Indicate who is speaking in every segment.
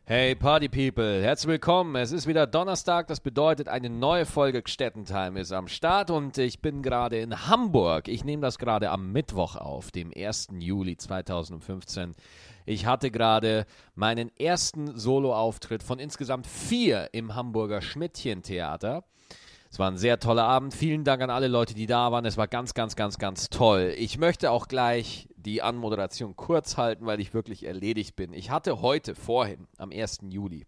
Speaker 1: Hey Party People, herzlich willkommen. Es ist wieder Donnerstag, das bedeutet, eine neue Folge Gstettentime ist am Start und ich bin gerade in Hamburg. Ich nehme das gerade am Mittwoch auf, dem 1. Juli 2015. Ich hatte gerade meinen ersten Solo-Auftritt von insgesamt 4 im Hamburger Schmidtchen-Theater. Es war ein sehr toller Abend. Vielen Dank an alle Leute, die da waren. Es war ganz, ganz, ganz, ganz toll. Ich möchte auch gleich die Anmoderation kurz halten, weil ich wirklich erledigt bin. Ich hatte vorhin, am 1. Juli,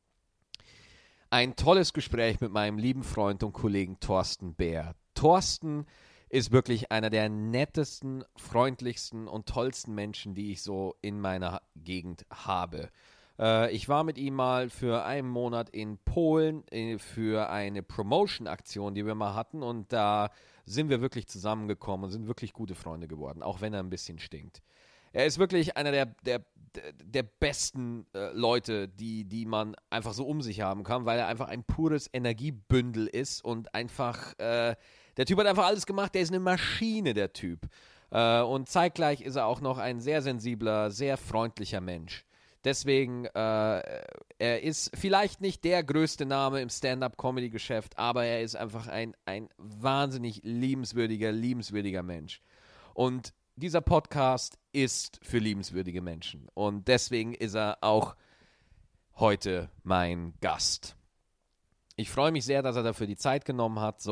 Speaker 1: ein tolles Gespräch mit meinem lieben Freund und Kollegen Thorsten Bär. Thorsten ist wirklich einer der nettesten, freundlichsten und tollsten Menschen, die ich so in meiner Gegend habe. Ich war mit ihm mal für einen Monat in Polen für eine Promotion-Aktion, die wir mal hatten, und da sind wir wirklich zusammengekommen und sind wirklich gute Freunde geworden, auch wenn er ein bisschen stinkt. Er ist wirklich einer der besten Leute, die man einfach so um sich haben kann, weil er einfach ein pures Energiebündel ist und einfach, der Typ hat einfach alles gemacht, der ist eine Maschine, der Typ. Und zeitgleich ist er auch noch ein sehr sensibler, sehr freundlicher Mensch. Deswegen, er ist vielleicht nicht der größte Name im Stand-up-Comedy-Geschäft, aber er ist einfach ein wahnsinnig liebenswürdiger Mensch. Und dieser Podcast ist für liebenswürdige Menschen. Und deswegen ist er auch heute mein Gast. Ich freue mich sehr, dass er dafür die Zeit genommen hat,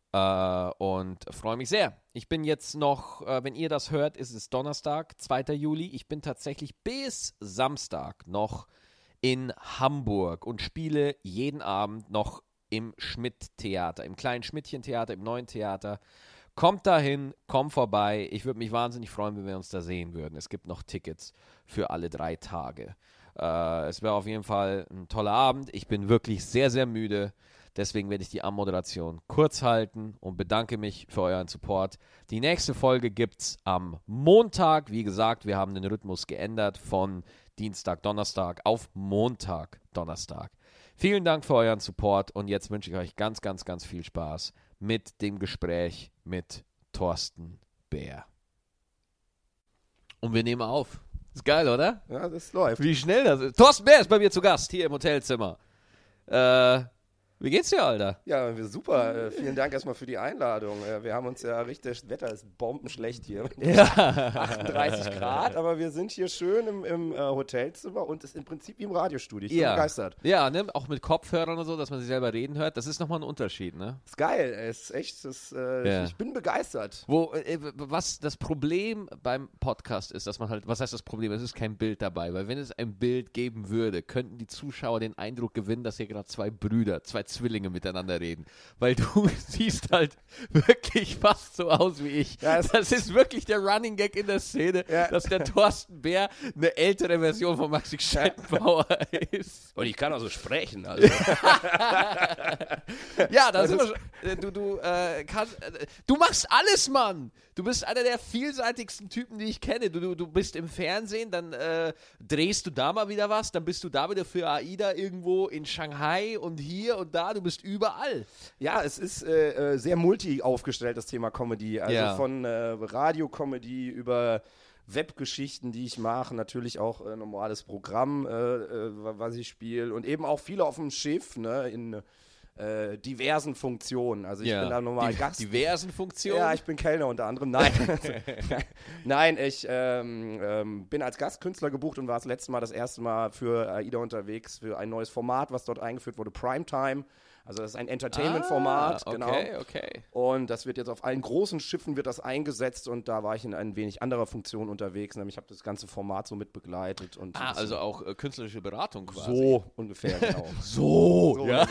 Speaker 1: und freue mich sehr. Ich bin jetzt noch, wenn ihr das hört, ist es Donnerstag, 2. Juli. Ich bin tatsächlich bis Samstag noch in Hamburg und spiele jeden Abend noch im Schmidt-Theater, im kleinen Schmidtchen-Theater, im neuen Theater. Kommt dahin, kommt vorbei. Ich würde mich wahnsinnig freuen, wenn wir uns da sehen würden. Es gibt noch Tickets für alle 3 Tage. Es wäre auf jeden Fall ein toller Abend. Ich bin wirklich sehr, sehr müde. Deswegen werde ich die Anmoderation kurz halten und bedanke mich für euren Support. Die nächste Folge gibt es am Montag. Wie gesagt, wir haben den Rhythmus geändert von Dienstag, Donnerstag auf Montag, Donnerstag. Vielen Dank für euren Support und jetzt wünsche ich euch ganz, ganz, ganz viel Spaß mit dem Gespräch mit Thorsten Bär. Und wir nehmen auf. Ist geil, oder?
Speaker 2: Ja, das läuft.
Speaker 1: Wie schnell das ist. Thorsten Bär ist bei mir zu Gast, hier im Hotelzimmer. Wie geht's dir, Alter?
Speaker 2: Ja, super. Vielen Dank erstmal für die Einladung. Wir haben uns ja richtig, das Wetter ist bombenschlecht hier.
Speaker 1: Ja.
Speaker 2: 38 Grad, aber wir sind hier schön im Hotelzimmer und ist im Prinzip wie im Radiostudio. Ich bin begeistert.
Speaker 1: Ja, ne? Auch mit Kopfhörern und so, dass man sich selber reden hört. Das ist nochmal ein Unterschied, ne?
Speaker 2: Ist geil. Ist echt, ich bin begeistert.
Speaker 1: Was das Problem beim Podcast ist, dass man halt, was heißt das Problem? Es ist kein Bild dabei, weil wenn es ein Bild geben würde, könnten die Zuschauer den Eindruck gewinnen, dass hier gerade zwei Zwillinge miteinander reden, weil du siehst halt wirklich fast so aus wie ich.
Speaker 2: Ja,
Speaker 1: das ist wirklich der Running Gag in der Szene, dass der Thorsten Bär eine ältere Version von Maxi Scheibenbauer ist.
Speaker 2: Und ich kann auch so sprechen. Also.
Speaker 1: Ja, da sind wir schon. Du machst alles, Mann. Du bist einer der vielseitigsten Typen, die ich kenne. Du bist im Fernsehen, dann drehst du da mal wieder was, dann bist du da wieder für AIDA irgendwo in Shanghai und hier und da. Du bist überall.
Speaker 2: Ja, es ist sehr multi aufgestellt, das Thema Comedy. Also von Radio-Comedy über Webgeschichten, die ich mache, natürlich auch normales Programm, was ich spiele und eben auch viele auf dem Schiff, ne, in diversen Funktionen. Also ich bin da normal Gast.
Speaker 1: Diversen Funktionen?
Speaker 2: Ja, ich bin Kellner unter anderem. Nein, Nein, ich bin als Gastkünstler gebucht und war das erste Mal für AIDA unterwegs für ein neues Format, was dort eingeführt wurde, Primetime. Also das ist ein Entertainment-Format, genau.
Speaker 1: Okay.
Speaker 2: Und das wird jetzt auf allen großen Schiffen wird das eingesetzt und da war ich in ein wenig anderer Funktion unterwegs. Nämlich habe das ganze Format so mit begleitet. Und
Speaker 1: also auch künstlerische Beratung quasi.
Speaker 2: So ungefähr, genau.
Speaker 1: so ja.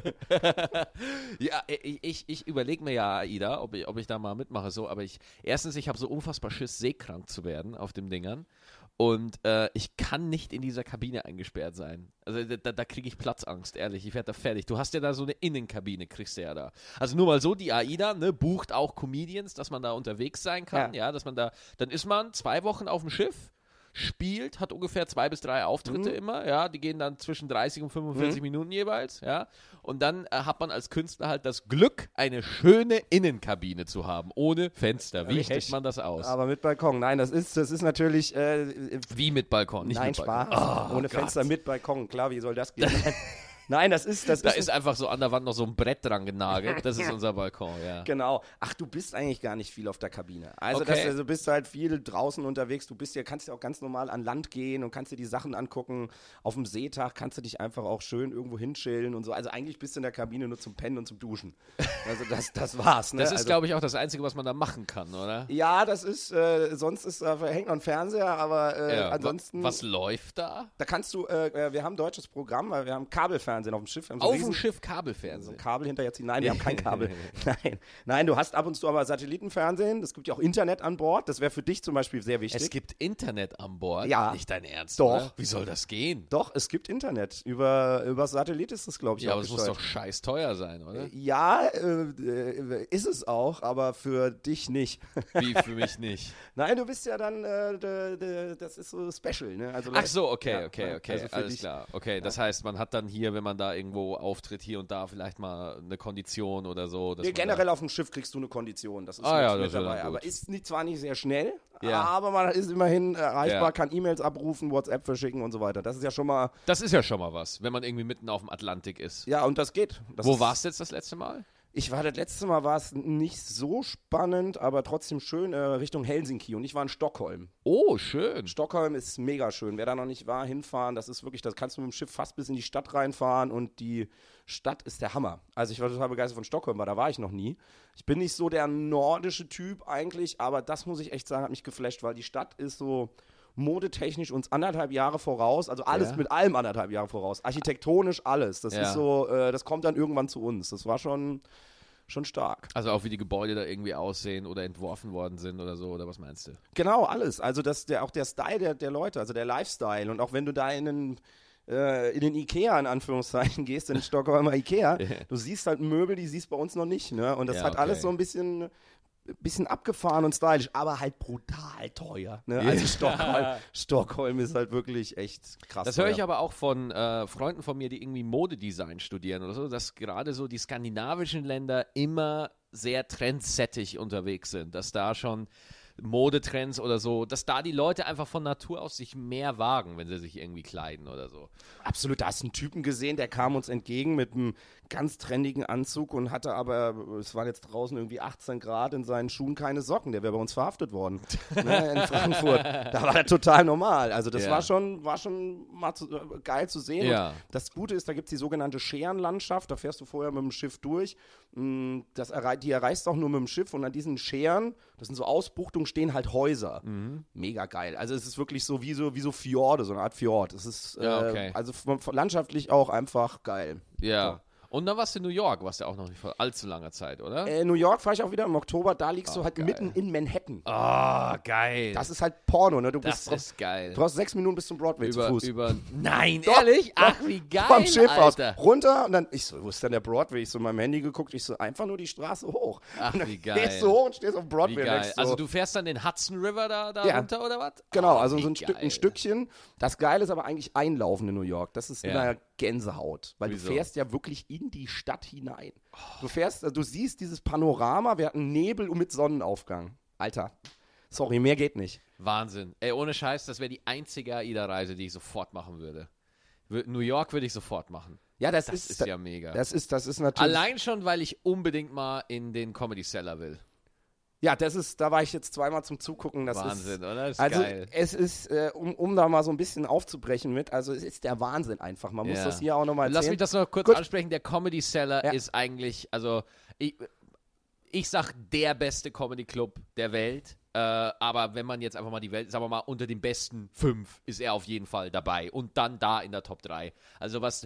Speaker 1: Ja, ich überlege mir ja, AIDA, ob ich da mal mitmache, so, aber ich habe so unfassbar Schiss, seekrank zu werden auf dem Dingern. Und ich kann nicht in dieser Kabine eingesperrt sein. Also da kriege ich Platzangst, ehrlich. Ich werde da fertig. Du hast ja da so eine Innenkabine, kriegst du ja da. Also nur mal so, die AIDA, ne, bucht auch Comedians, dass man da unterwegs sein kann. Ja, dass man da, dann ist man 2 Wochen auf dem Schiff spielt, hat ungefähr 2 bis 3 Auftritte immer, ja, die gehen dann zwischen 30 und 45 Minuten jeweils, ja, und dann hat man als Künstler halt das Glück, eine schöne Innenkabine zu haben, ohne Fenster. Wie stellt man das aus?
Speaker 2: Aber mit Balkon, nein, das ist natürlich...
Speaker 1: wie mit Balkon, nicht
Speaker 2: nein,
Speaker 1: mit Balkon.
Speaker 2: Spaß, ohne Fenster mit Balkon, klar, wie soll das gehen? Nein, das ist...
Speaker 1: Da ist einfach so an der Wand noch so ein Brett dran genagelt. Das ist unser Balkon, ja.
Speaker 2: Genau. Ach, du bist eigentlich gar nicht viel auf der Kabine. Also
Speaker 1: okay.
Speaker 2: Du bist halt viel draußen unterwegs. Kannst ja auch ganz normal an Land gehen und kannst dir die Sachen angucken. Auf dem Seetag kannst du dich einfach auch schön irgendwo hinchillen und so. Also eigentlich bist du in der Kabine nur zum Pennen und zum Duschen. Also das war's. Ne?
Speaker 1: Das ist, glaube ich, auch das Einzige, was man da machen kann, oder?
Speaker 2: Ja, das ist, sonst hängt noch ein Fernseher, aber ansonsten...
Speaker 1: Was läuft da?
Speaker 2: Da kannst du, wir haben ein deutsches Programm, weil wir haben Kabelfernsehen auf dem Schiff.
Speaker 1: Auf dem Schiff Kabelfernsehen?
Speaker 2: So ein Kabel hinterher ziehen. Nein, wir haben kein Kabel. Nein, du hast ab und zu aber Satellitenfernsehen. Es gibt ja auch Internet an Bord. Das wäre für dich zum Beispiel sehr wichtig.
Speaker 1: Es gibt Internet an Bord?
Speaker 2: Ja.
Speaker 1: Nicht dein Ernst,
Speaker 2: Doch.
Speaker 1: Oder? Wie soll das gehen?
Speaker 2: Doch, es gibt Internet. Über Satellit ist das, glaube ich,
Speaker 1: ja,
Speaker 2: auch
Speaker 1: aber es muss doch scheiß teuer sein, oder?
Speaker 2: Ja, ist es auch, aber für dich nicht.
Speaker 1: Wie, für mich nicht?
Speaker 2: Nein, du bist ja dann, das ist so special, ne? Also,
Speaker 1: ach so, okay.
Speaker 2: Also
Speaker 1: alles klar. Okay, das heißt, man hat dann hier, wenn man da irgendwo auftritt, hier und da vielleicht mal eine Kondition oder so.
Speaker 2: Nee, generell auf dem Schiff kriegst du eine Kondition. Das ist mit dabei. Aber ist zwar nicht sehr schnell, aber man ist immerhin erreichbar, kann E-Mails abrufen, WhatsApp verschicken und so weiter. Das ist ja schon mal...
Speaker 1: Das ist ja schon mal was, wenn man irgendwie mitten auf dem Atlantik ist.
Speaker 2: Ja, und das geht.
Speaker 1: Wo warst du jetzt das letzte Mal?
Speaker 2: Das letzte Mal war es nicht so spannend, aber trotzdem schön Richtung Helsinki und ich war in Stockholm.
Speaker 1: Oh, schön.
Speaker 2: Stockholm ist mega schön. Wer da noch nicht war, hinfahren, das ist wirklich, das kannst du mit dem Schiff fast bis in die Stadt reinfahren und die Stadt ist der Hammer. Also ich war total begeistert von Stockholm, weil da war ich noch nie. Ich bin nicht so der nordische Typ eigentlich, aber das muss ich echt sagen, hat mich geflasht, weil die Stadt ist so... modetechnisch uns 1,5 Jahre voraus, also alles mit allem 1,5 Jahre voraus, architektonisch alles, das ist so, das kommt dann irgendwann zu uns, das war schon stark.
Speaker 1: Also auch wie die Gebäude da irgendwie aussehen oder entworfen worden sind oder so, oder was meinst du?
Speaker 2: Genau, alles, also auch der Style der Leute, also der Lifestyle und auch wenn du da in den Ikea in Anführungszeichen gehst, in den Stockholmer Ikea, du siehst halt Möbel, die siehst du bei uns noch nicht, ne? Und das hat alles so ein bisschen abgefahren und stylisch, aber halt brutal teuer. Ne? Also Stockholm ist halt wirklich echt krass.
Speaker 1: Das höre ich aber auch von Freunden von mir, die irgendwie Modedesign studieren oder so, dass gerade so die skandinavischen Länder immer sehr trendsettig unterwegs sind, dass da schon Modetrends oder so, dass da die Leute einfach von Natur aus sich mehr wagen, wenn sie sich irgendwie kleiden oder so.
Speaker 2: Absolut, da hast du einen Typen gesehen, der kam uns entgegen mit einem ganz trendigen Anzug und hatte aber, es waren jetzt draußen irgendwie 18 Grad, in seinen Schuhen keine Socken, der wäre bei uns verhaftet worden, ne, in Frankfurt. Da war er total normal, also das war schon mal geil zu sehen.
Speaker 1: Ja.
Speaker 2: Und das Gute ist, da gibt es die sogenannte Scherenlandschaft, da fährst du vorher mit dem Schiff durch, die erreichst du auch nur mit dem Schiff und an diesen Scheren, das sind so Ausbuchtungen, stehen halt Häuser. Mega geil. Also es ist wirklich so wie so Fjorde, so eine Art Fjord. Es ist also landschaftlich auch einfach geil.
Speaker 1: Ja.
Speaker 2: So.
Speaker 1: Und dann warst du in New York, warst du auch noch nicht vor allzu langer Zeit, oder?
Speaker 2: New York fahre ich auch wieder im Oktober, da liegst du halt
Speaker 1: geil.
Speaker 2: mitten in Manhattan.
Speaker 1: Geil.
Speaker 2: Das ist halt Porno, ne?
Speaker 1: Ist geil.
Speaker 2: Du brauchst 6 Minuten bis zum Broadway zu Fuß.
Speaker 1: Nein,
Speaker 2: doch,
Speaker 1: ehrlich?
Speaker 2: Doch,
Speaker 1: Ach, wie geil,
Speaker 2: vom Schiff
Speaker 1: Alter.
Speaker 2: aus, runter und dann, ich so, wo ist denn der Broadway? Ich so in meinem Handy geguckt, ich so, einfach nur die Straße hoch.
Speaker 1: Ach,
Speaker 2: und dann
Speaker 1: wie geil.
Speaker 2: Gehst du hoch und stehst auf Broadway.
Speaker 1: Wie geil.
Speaker 2: So.
Speaker 1: Also du fährst dann den Hudson River da runter oder was?
Speaker 2: Genau, also so
Speaker 1: ein
Speaker 2: ein Stückchen. Das Geile ist aber eigentlich Einlaufen in New York. Das ist immer Gänsehaut, weil
Speaker 1: Wieso?
Speaker 2: du fährst ja wirklich in die Stadt hinein. Du siehst dieses Panorama, wir hatten Nebel und mit Sonnenaufgang. Alter, sorry, mehr geht nicht.
Speaker 1: Wahnsinn. Ey, ohne Scheiß, das wäre die einzige AIDA-Reise, die ich sofort machen würde. New York würde ich sofort machen.
Speaker 2: Ja, das
Speaker 1: ist ja mega.
Speaker 2: Das ist natürlich...
Speaker 1: Allein schon, weil ich unbedingt mal in den Comedy Cellar will.
Speaker 2: Ja, da war ich jetzt zweimal zum Zugucken. Das
Speaker 1: Wahnsinn, oder? Das ist
Speaker 2: also
Speaker 1: geil.
Speaker 2: Es ist, um da mal so ein bisschen aufzubrechen mit, also es ist der Wahnsinn einfach. Man muss das hier auch nochmal erzählen.
Speaker 1: Lass mich das noch kurz ansprechen. Der Comedy Cellar ist eigentlich, also ich sag, der beste Comedy Club der Welt. Aber wenn man jetzt einfach mal die Welt, sagen wir mal, unter den besten 5 ist er auf jeden Fall dabei. Und dann da in der Top 3. Also was,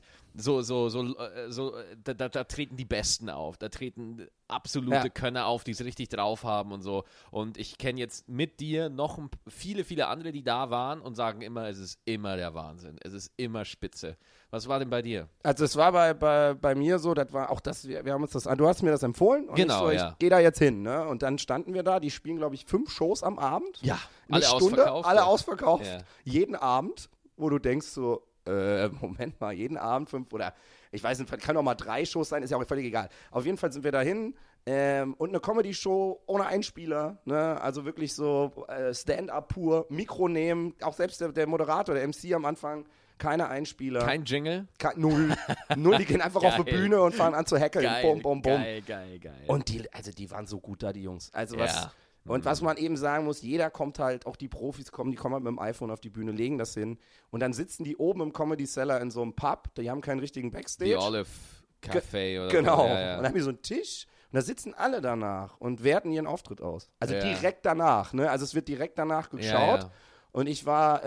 Speaker 1: da treten die Besten auf. Da treten absolute Könner auf, die es richtig drauf haben und so. Und ich kenne jetzt mit dir noch viele, viele andere, die da waren und sagen immer, es ist immer der Wahnsinn. Es ist immer spitze. Was war denn bei dir?
Speaker 2: Also es war bei mir so, das war auch das, wir haben uns das, du hast mir das empfohlen und
Speaker 1: genau,
Speaker 2: ich gehe da jetzt hin, ne? Und dann standen wir da, die spielen glaube ich 5 Shows am Abend.
Speaker 1: Ja,
Speaker 2: alle ausverkauft. Alle ausverkauft. Ja. Jeden Abend, wo du denkst so, Moment mal, jeden Abend 5 oder ich weiß nicht, kann auch mal 3 Shows sein, ist ja auch völlig egal. Auf jeden Fall sind wir dahin und eine Comedy-Show ohne Einspieler, ne? Also wirklich so Stand-up pur, Mikro nehmen, auch selbst der Moderator, der MC am Anfang, keine Einspieler.
Speaker 1: Kein Jingle?
Speaker 2: Null, die gehen einfach auf die Bühne und fangen an zu hackeln. Bum, bum, bum.
Speaker 1: Geil.
Speaker 2: Und die waren so gut da, die Jungs. Also was man eben sagen muss, jeder kommt halt, auch die Profis die kommen halt mit dem iPhone auf die Bühne, legen das hin und dann sitzen die oben im Comedy Cellar in so einem Pub, die haben keinen richtigen Backstage.
Speaker 1: Die Olive Café oder
Speaker 2: genau.
Speaker 1: so.
Speaker 2: Genau. Und dann haben die so einen Tisch und da sitzen alle danach und werten ihren Auftritt aus. Also direkt danach, ne? Also es wird direkt danach geschaut. Ja. Und ich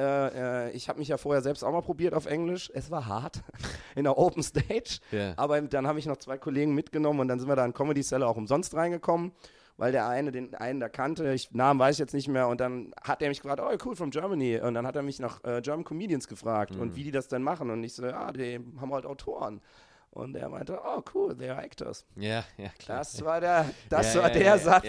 Speaker 2: habe mich ja vorher selbst auch mal probiert auf Englisch. Es war hart in der Open Stage. Yeah. Aber dann habe ich noch 2 Kollegen mitgenommen und dann sind wir da in Comedy Cellar auch umsonst reingekommen, weil der eine den einen da kannte. Namen weiß ich jetzt nicht mehr. Und dann hat er mich gefragt, oh cool, from Germany. Und dann hat er mich nach German Comedians gefragt und wie die das denn machen. Und ich so, die haben halt Autoren. Und er meinte, oh cool, they are actors.
Speaker 1: Ja, klar.
Speaker 2: Das war der Satz,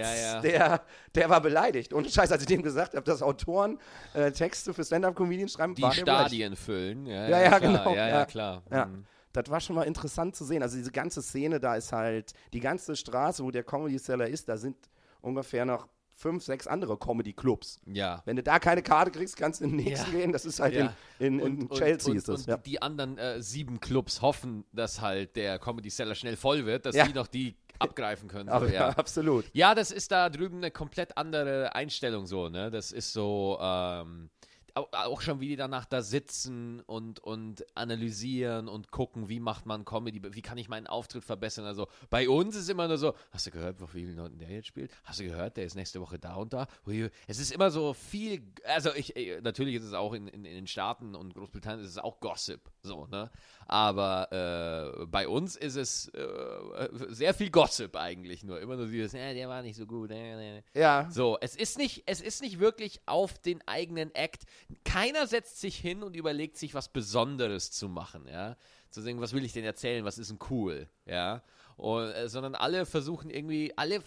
Speaker 2: der war beleidigt. Und Scheiße, als ich dem gesagt habe, dass Autoren Texte für Stand-Up-Comedians schreiben,
Speaker 1: die Stadien füllen.
Speaker 2: Ja, genau.
Speaker 1: Ja, klar.
Speaker 2: Ja. Das war schon mal interessant zu sehen. Also diese ganze Szene, da ist halt, die ganze Straße, wo der Comedy Cellar ist, da sind ungefähr noch 5, 6 andere Comedy-Clubs. Ja. Wenn du da keine Karte kriegst, kannst du in den nächsten gehen. Das ist halt in Chelsea ist das.
Speaker 1: Und die anderen 7 Clubs hoffen, dass halt der Comedy Cellar schnell voll wird, dass die noch die abgreifen können. So,
Speaker 2: absolut.
Speaker 1: Ja, das ist da drüben eine komplett andere Einstellung so, ne? Das ist so, auch schon, wie die danach da sitzen und analysieren und gucken, wie macht man Comedy, wie kann ich meinen Auftritt verbessern. Also bei uns ist immer nur so, hast du gehört, wie vielen Leuten der jetzt spielt? Hast du gehört, der ist nächste Woche da und da? Es ist immer so viel, also natürlich ist es auch in den Staaten und Großbritannien ist es auch Gossip, so, ne? Aber bei uns ist es sehr viel Gossip eigentlich nur. Immer nur dieses, der war nicht so gut.
Speaker 2: Ja.
Speaker 1: So, es ist nicht wirklich auf den eigenen Act. Keiner setzt sich hin und überlegt sich, was Besonderes zu machen, ja. Zu sagen, was will ich denn erzählen, was ist denn cool, ja. Sondern alle versuchen irgendwie, alle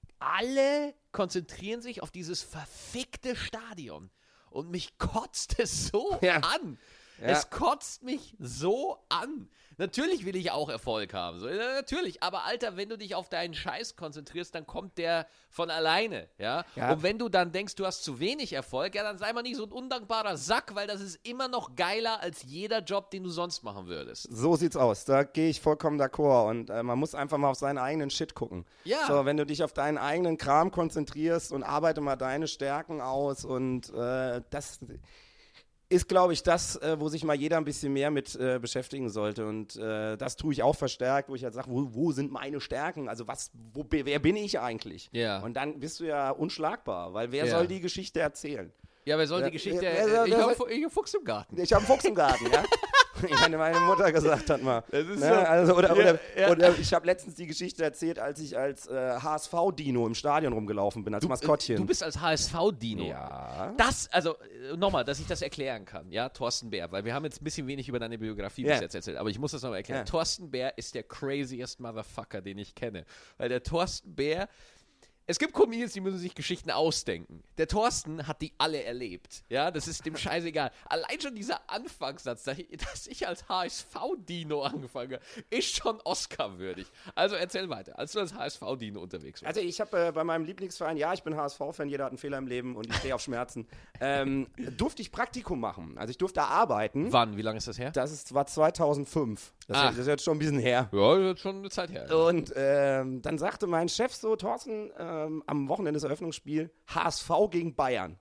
Speaker 1: konzentrieren sich auf dieses verfickte Stadion. Und mich kotzt es so an. Ja. Es kotzt mich so an. Natürlich will ich auch Erfolg haben. So, natürlich. Aber Alter, wenn du dich auf deinen Scheiß konzentrierst, dann kommt der von alleine. Ja? Und wenn du dann denkst, du hast zu wenig Erfolg, dann sei mal nicht so ein undankbarer Sack, weil das ist immer noch geiler als jeder Job, den du sonst machen würdest.
Speaker 2: So sieht's aus. Da gehe ich vollkommen d'accord. Und man muss einfach mal auf seinen eigenen Shit gucken. Ja. So, wenn du dich auf deinen eigenen Kram konzentrierst und arbeite mal deine Stärken aus und das ist, glaube ich, das, wo sich mal jeder ein bisschen mehr mit beschäftigen sollte. Und das tue ich auch verstärkt, wo ich halt sage, wo sind meine Stärken? Also wer bin ich eigentlich?
Speaker 1: Ja.
Speaker 2: Und dann bist du ja unschlagbar, weil wer soll die Geschichte erzählen?
Speaker 1: Ja, wer soll die Geschichte erzählen? Ich habe einen Fuchs im Garten.
Speaker 2: Ich habe einen Fuchs im Garten, ja. Meine Mutter gesagt hat mal. Das ist oder ich habe letztens die Geschichte erzählt, als ich als HSV-Dino im Stadion rumgelaufen bin, als Maskottchen.
Speaker 1: Du bist als HSV-Dino?
Speaker 2: Ja.
Speaker 1: Nochmal, dass ich das erklären kann, ja, Thorsten Bär, weil wir haben jetzt ein bisschen wenig über deine Biografie bis jetzt erzählt, aber ich muss das nochmal erklären. Thorsten Bär ist der craziest Motherfucker, den ich kenne, weil der Thorsten Bär, es gibt Comedians, die müssen sich Geschichten ausdenken. Der Thorsten hat die alle erlebt. Ja, das ist dem scheißegal. Allein schon dieser Anfangssatz, dass ich als HSV-Dino angefangen habe, ist schon Oscar-würdig. Also erzähl weiter, als du als HSV-Dino unterwegs warst.
Speaker 2: Also ich habe bei meinem Lieblingsverein, ich bin HSV-Fan, jeder hat einen Fehler im Leben und ich stehe auf Schmerzen, durfte ich Praktikum machen. Also ich durfte arbeiten.
Speaker 1: Wann? Wie lange ist das her?
Speaker 2: War 2005. Das ist jetzt schon ein bisschen her.
Speaker 1: Ja, das ist schon eine Zeit her.
Speaker 2: Und dann sagte mein Chef so, Thorsten, am Wochenende des Eröffnungsspiel HSV gegen Bayern.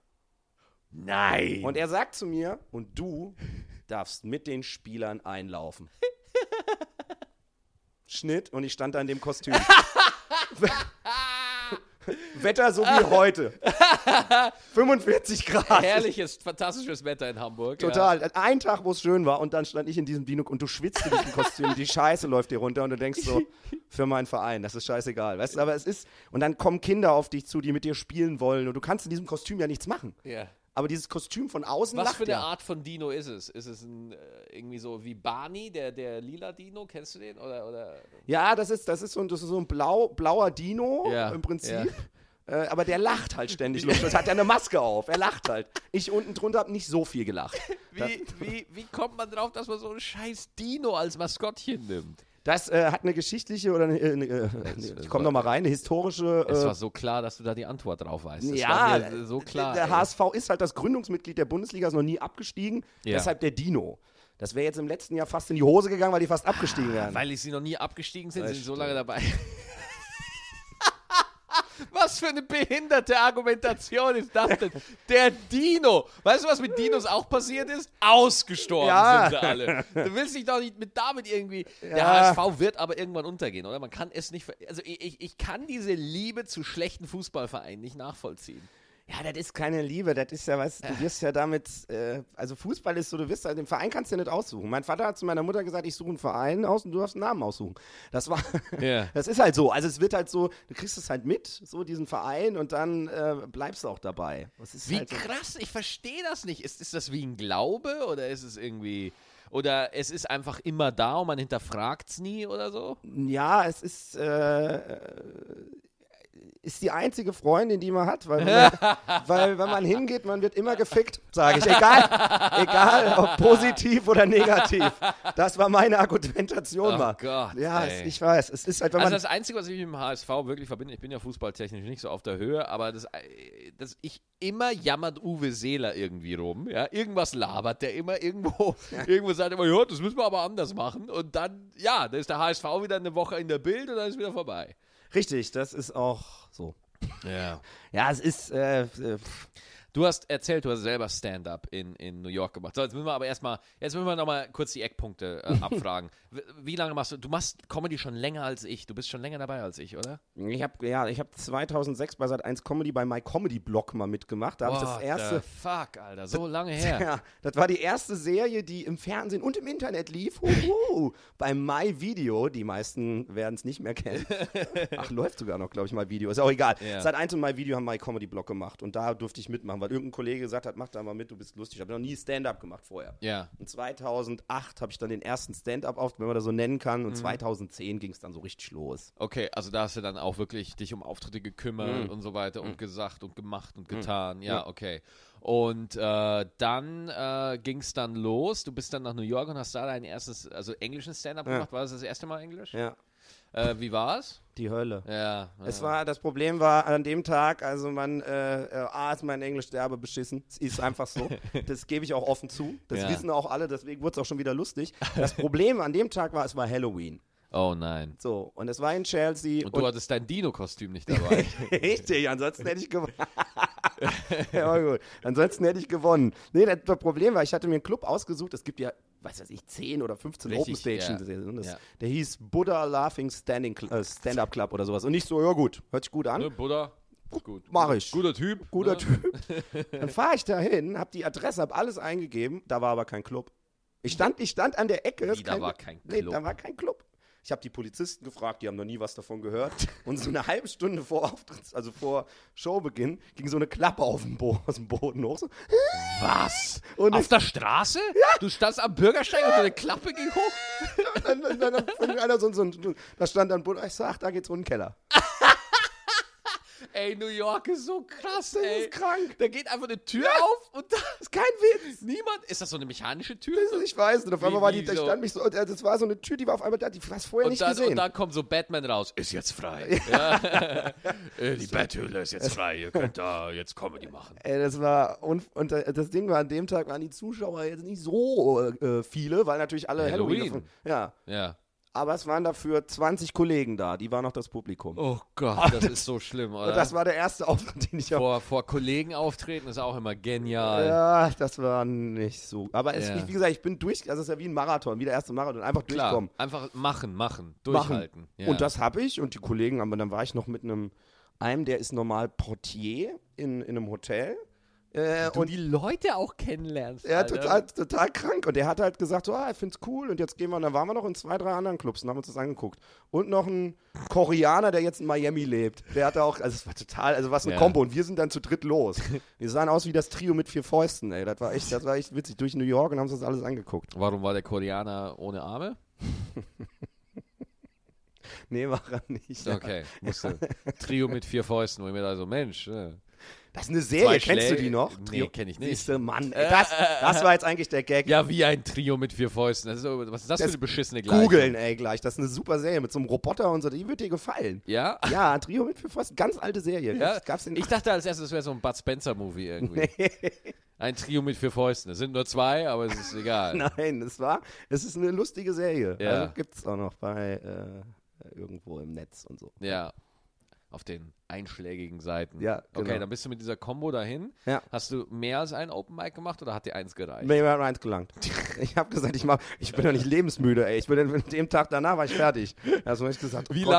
Speaker 1: Nein!
Speaker 2: Und er sagt zu mir, und du darfst mit den Spielern einlaufen. Schnitt, und ich stand da in dem Kostüm. Wetter so wie heute. 45 Grad.
Speaker 1: Herrliches, fantastisches Wetter in Hamburg.
Speaker 2: Total. Ja. Ein Tag, wo es schön war und dann stand ich in diesem Dino und du schwitzt in diesem Kostüm, die Scheiße läuft dir runter und du denkst so, für meinen Verein, das ist scheißegal. Weißt du, aber es ist, und dann kommen Kinder auf dich zu, die mit dir spielen wollen und du kannst in diesem Kostüm ja nichts machen.
Speaker 1: Ja.
Speaker 2: Aber dieses Kostüm von außen
Speaker 1: Was für eine Art von Dino ist es? Ist es irgendwie so wie Barney, der lila Dino? Kennst du den? Oder?
Speaker 2: Ja, das ist so ein blauer Dino im Prinzip. Aber der lacht halt ständig. Das hat ja eine Maske auf. Er lacht halt. Ich unten drunter habe nicht so viel gelacht.
Speaker 1: Wie kommt man drauf, dass man so einen scheiß Dino als Maskottchen nimmt?
Speaker 2: Das hat eine geschichtliche oder ich komme nochmal rein, eine historische.
Speaker 1: Es war so klar, dass du da die Antwort drauf weißt. Das
Speaker 2: ja,
Speaker 1: war mir so klar.
Speaker 2: Der HSV ist halt das Gründungsmitglied der Bundesliga, ist noch nie abgestiegen. Ja. Deshalb der Dino. Das wäre jetzt im letzten Jahr fast in die Hose gegangen, weil die fast abgestiegen wären.
Speaker 1: Weil sie noch nie abgestiegen sind, sind so lange dabei. Was für eine behinderte Argumentation ist das denn? Der Dino. Weißt du, was mit Dinos auch passiert ist? Ausgestorben sind sie alle. Du willst dich doch nicht damit irgendwie... Ja. Der HSV wird aber irgendwann untergehen, oder? Man kann es nicht... Also ich kann diese Liebe zu schlechten Fußballvereinen nicht nachvollziehen.
Speaker 2: Ja, das ist keine Liebe, das ist ja was, du wirst ja damit, also Fußball ist so, du wirst, den Verein kannst du ja nicht aussuchen. Mein Vater hat zu meiner Mutter gesagt, ich suche einen Verein aus und du darfst einen Namen aussuchen. Das ist halt so, also es wird halt so, du kriegst es halt mit, so diesen Verein und dann bleibst du auch dabei.
Speaker 1: Wie halt krass, ich verstehe das nicht. Ist das wie ein Glaube oder ist es irgendwie... Oder es ist einfach immer da und man hinterfragt es nie oder so?
Speaker 2: Ja, es ist die einzige Freundin, die man hat, weil wenn man hingeht, man wird immer gefickt, sage ich. Egal, ob positiv oder negativ. Das war meine Argumentation.
Speaker 1: Oh Gott,
Speaker 2: ja, ich weiß. Es ist halt, wenn
Speaker 1: also das Einzige, was ich mit dem HSV wirklich verbinde, ich bin ja fußballtechnisch nicht so auf der Höhe, aber immer jammert Uwe Seeler irgendwie rum. Ja? Irgendwas labert der immer irgendwo sagt immer, ja, das müssen wir aber anders machen. Und dann, da ist der HSV wieder eine Woche in der Bild und dann ist wieder vorbei.
Speaker 2: Richtig, das ist auch so.
Speaker 1: Ja.
Speaker 2: Ja, es ist.
Speaker 1: Du hast erzählt, du hast selber Stand-up in New York gemacht. So, jetzt müssen wir nochmal kurz die Eckpunkte abfragen. Wie lange machst du? Du machst Comedy schon länger als ich. Du bist schon länger dabei als ich, oder?
Speaker 2: Ich habe 2006 bei Sat.1 Comedy bei My Comedy Blog mal mitgemacht. Da habe ich das erste.
Speaker 1: Fuck, Alter, so lange her.
Speaker 2: Ja, das war die erste Serie, die im Fernsehen und im Internet lief. Bei My Video. Die meisten werden es nicht mehr kennen. Ach, läuft sogar noch, glaube ich, My Video. Ist auch egal. Ja. Sat.1 und My Video haben My Comedy Blog gemacht und da durfte ich mitmachen, weil irgendein Kollege gesagt hat, mach da mal mit, du bist lustig. Ich habe noch nie Stand-up gemacht vorher.
Speaker 1: Ja.
Speaker 2: Und 2008 habe ich dann den ersten Stand-up auf, wenn man das so nennen kann. Und 2010 ging es dann so richtig los.
Speaker 1: Okay, also da hast du dann auch wirklich dich um Auftritte gekümmert und so weiter und gesagt und gemacht und getan. Ja, okay. Und dann ging es dann los. Du bist dann nach New York und hast da dein erstes, also englischen Stand-up gemacht. War das erste Mal Englisch?
Speaker 2: Ja.
Speaker 1: Wie war es?
Speaker 2: Die Hölle.
Speaker 1: Ja.
Speaker 2: Das Problem war an dem Tag, also ist mein Englisch derbe beschissen. Es ist einfach so. Das gebe ich auch offen zu. Das wissen auch alle, deswegen wurde es auch schon wieder lustig. Das Problem an dem Tag war, es war Halloween.
Speaker 1: Oh nein.
Speaker 2: So, und es war in Chelsea.
Speaker 1: Und du hattest dein Dino-Kostüm nicht dabei.
Speaker 2: Richtig, ansonsten hätte ich gewonnen. Ja, gut. Ansonsten hätte ich gewonnen. Nee, das Problem war, ich hatte mir einen Club ausgesucht, es gibt ja, was weiß ich, 10 oder 15 Open Stages. Ja. Der hieß Buddha Laughing Stand-Up Club oder sowas. Und nicht so, ja gut, hört sich gut an.
Speaker 1: Ne, Buddha, gut.
Speaker 2: Mach ich.
Speaker 1: Guter Typ.
Speaker 2: Guter Typ. Dann fahre ich da hin, hab die Adresse, hab alles eingegeben, da war aber kein Club. Ich stand an der Ecke.
Speaker 1: Da war kein Club.
Speaker 2: Nee, da war kein Club. Ich habe die Polizisten gefragt, die haben noch nie was davon gehört. Und so eine halbe Stunde vor Showbeginn, ging so eine Klappe aus dem Boden hoch. So.
Speaker 1: Was? Und auf der Straße? Ja. Du standst am Bürgersteig und so eine Klappe ging hoch?
Speaker 2: Dann einer da stand dann, ich sag, ach, da geht's unten in den Keller.
Speaker 1: Ey, New York ist so krass,
Speaker 2: das ist krank.
Speaker 1: Da geht einfach eine Tür auf und da
Speaker 2: ist kein Witz.
Speaker 1: Niemand. Ist das so eine mechanische Tür?
Speaker 2: Ich weiß nicht. Auf einmal war das war so eine Tür, die war auf einmal da, die hast du vorher nicht gesehen.
Speaker 1: Und dann kommt so Batman raus. Ist jetzt frei. Ja. Die Betthöhle ist jetzt frei. Ihr könnt da jetzt Comedy machen.
Speaker 2: Ey, das war, und das Ding war, an dem Tag waren die Zuschauer jetzt nicht so viele, weil natürlich alle Halloween. Ja. Aber es waren dafür 20 Kollegen da, die waren noch das Publikum.
Speaker 1: Oh Gott, das ist so schlimm, oder?
Speaker 2: Und das war der erste Auftritt, den ich
Speaker 1: vor Kollegen auftreten ist auch immer genial.
Speaker 2: Ja, das war nicht so. Aber wie gesagt, ich bin durch, also es ist ja wie ein Marathon, wie der erste Marathon, einfach durchkommen.
Speaker 1: Einfach machen, durchhalten. Ja.
Speaker 2: Und das habe ich und die Kollegen, aber dann war ich noch mit einem, der ist normal Portier in einem Hotel.
Speaker 1: Und die Leute auch kennenlernst.
Speaker 2: Ja, total krank. Und der hat halt gesagt, so, er find's cool. Und jetzt gehen wir, und dann waren wir noch in 2, 3 anderen Clubs und haben uns das angeguckt. Und noch ein Koreaner, der jetzt in Miami lebt. Der hatte auch, also es war total, also was eine Kombo. Und wir sind dann zu dritt los. Wir sahen aus wie das Trio mit 4 Fäusten, ey. Das war echt witzig. Durch New York und haben uns das alles angeguckt.
Speaker 1: Warum war der Koreaner ohne Arme?
Speaker 2: Nee, war er nicht.
Speaker 1: Okay, musste. Trio mit 4 Fäusten, wo ich mir da so, Mensch.
Speaker 2: Das ist eine Serie, kennst du die noch?
Speaker 1: Nee, kenn ich nicht.
Speaker 2: Siehste, Mann, ey, das war jetzt eigentlich der Gag.
Speaker 1: Ja, wie ein Trio mit 4 Fäusten. Was ist das für eine beschissene Gleichung?
Speaker 2: Googeln, ey, gleich. Das ist eine super Serie mit so einem Roboter und so. Die wird dir gefallen.
Speaker 1: Ja?
Speaker 2: Ja, Trio mit 4 Fäusten. Ganz alte Serie.
Speaker 1: Ja? Ich dachte als erstes, das wäre so ein Bud Spencer-Movie irgendwie. Nee. Ein Trio mit 4 Fäusten. Es sind nur 2, aber es ist egal.
Speaker 2: Nein, es ist eine lustige Serie.
Speaker 1: Ja.
Speaker 2: Also gibt's auch noch bei irgendwo im Netz und so.
Speaker 1: Ja. Auf den einschlägigen Seiten.
Speaker 2: Ja, genau.
Speaker 1: Okay, dann bist du mit dieser Combo dahin.
Speaker 2: Ja.
Speaker 1: Hast du mehr als einen Open Mic gemacht oder hat dir eins gereicht?
Speaker 2: Mir hat eins gelangt. Ich habe gesagt, ich bin doch nicht lebensmüde, ey. Dem Tag danach war ich fertig. Also habe ich gesagt,
Speaker 1: wie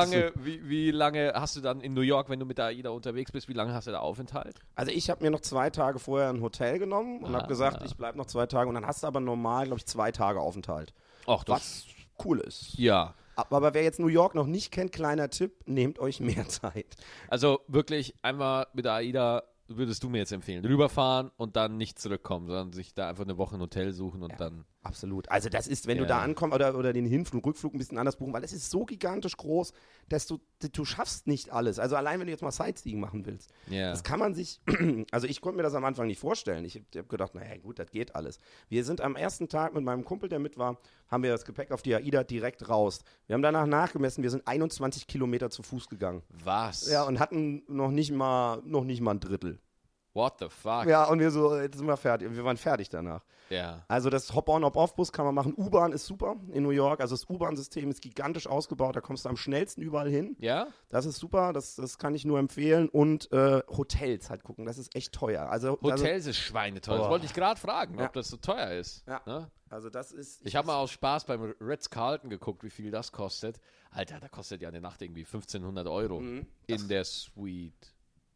Speaker 1: lange hast du dann in New York, wenn du mit der AIDA unterwegs bist, wie lange hast du da Aufenthalt?
Speaker 2: Also ich habe mir noch 2 Tage vorher ein Hotel genommen und habe gesagt, ich bleibe noch 2 Tage und dann hast du aber normal, glaube ich, 2 Tage Aufenthalt.
Speaker 1: Ach,
Speaker 2: was cool ist.
Speaker 1: Ja.
Speaker 2: Aber wer jetzt New York noch nicht kennt, kleiner Tipp, nehmt euch mehr Zeit.
Speaker 1: Also wirklich einmal mit der AIDA würdest du mir jetzt empfehlen, rüberfahren und dann nicht zurückkommen, sondern sich da einfach eine Woche ein Hotel suchen und dann...
Speaker 2: Absolut. Also das ist, wenn du da ankommst oder den Hinflug, Rückflug ein bisschen anders buchen, weil es ist so gigantisch groß, dass du schaffst nicht alles. Also allein, wenn du jetzt mal Sightseeing machen willst.
Speaker 1: Yeah.
Speaker 2: Das kann man sich, also ich konnte mir das am Anfang nicht vorstellen. Ich habe gedacht, naja gut, das geht alles. Wir sind am ersten Tag mit meinem Kumpel, der mit war, haben wir das Gepäck auf die AIDA direkt raus. Wir haben danach nachgemessen, wir sind 21 Kilometer zu Fuß gegangen.
Speaker 1: Was?
Speaker 2: Ja, und hatten noch nicht mal ein Drittel.
Speaker 1: What the fuck?
Speaker 2: Ja, und wir so, jetzt sind wir fertig. Wir waren fertig danach.
Speaker 1: Ja.
Speaker 2: Also das Hop-on, Hop-off-Bus kann man machen. U-Bahn ist super in New York. Also das U-Bahn-System ist gigantisch ausgebaut. Da kommst du am schnellsten überall hin.
Speaker 1: Ja?
Speaker 2: Das ist super. Das kann ich nur empfehlen. Und Hotels halt gucken. Das ist echt teuer.
Speaker 1: Hotels ist schweineteuer. Das wollte ich gerade fragen, ob das so teuer ist.
Speaker 2: Ja.
Speaker 1: Ne?
Speaker 2: Also das ist...
Speaker 1: Ich habe mal aus Spaß beim Ritz-Carlton geguckt, wie viel das kostet. Alter, da kostet ja eine Nacht irgendwie 1.500 € in der Suite.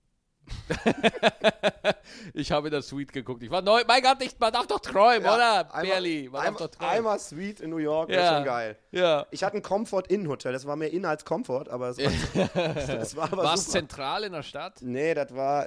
Speaker 1: Ich habe in der Suite geguckt. Ich war neu. Mein Gott, man darf doch träumen, oder? Barely.
Speaker 2: Einmal Suite in New York, das ist schon geil.
Speaker 1: Ja.
Speaker 2: Ich hatte ein Comfort-In-Hotel. Das war mehr In als Comfort, aber es war aber
Speaker 1: war es zentral in der Stadt?
Speaker 2: Nee, das war,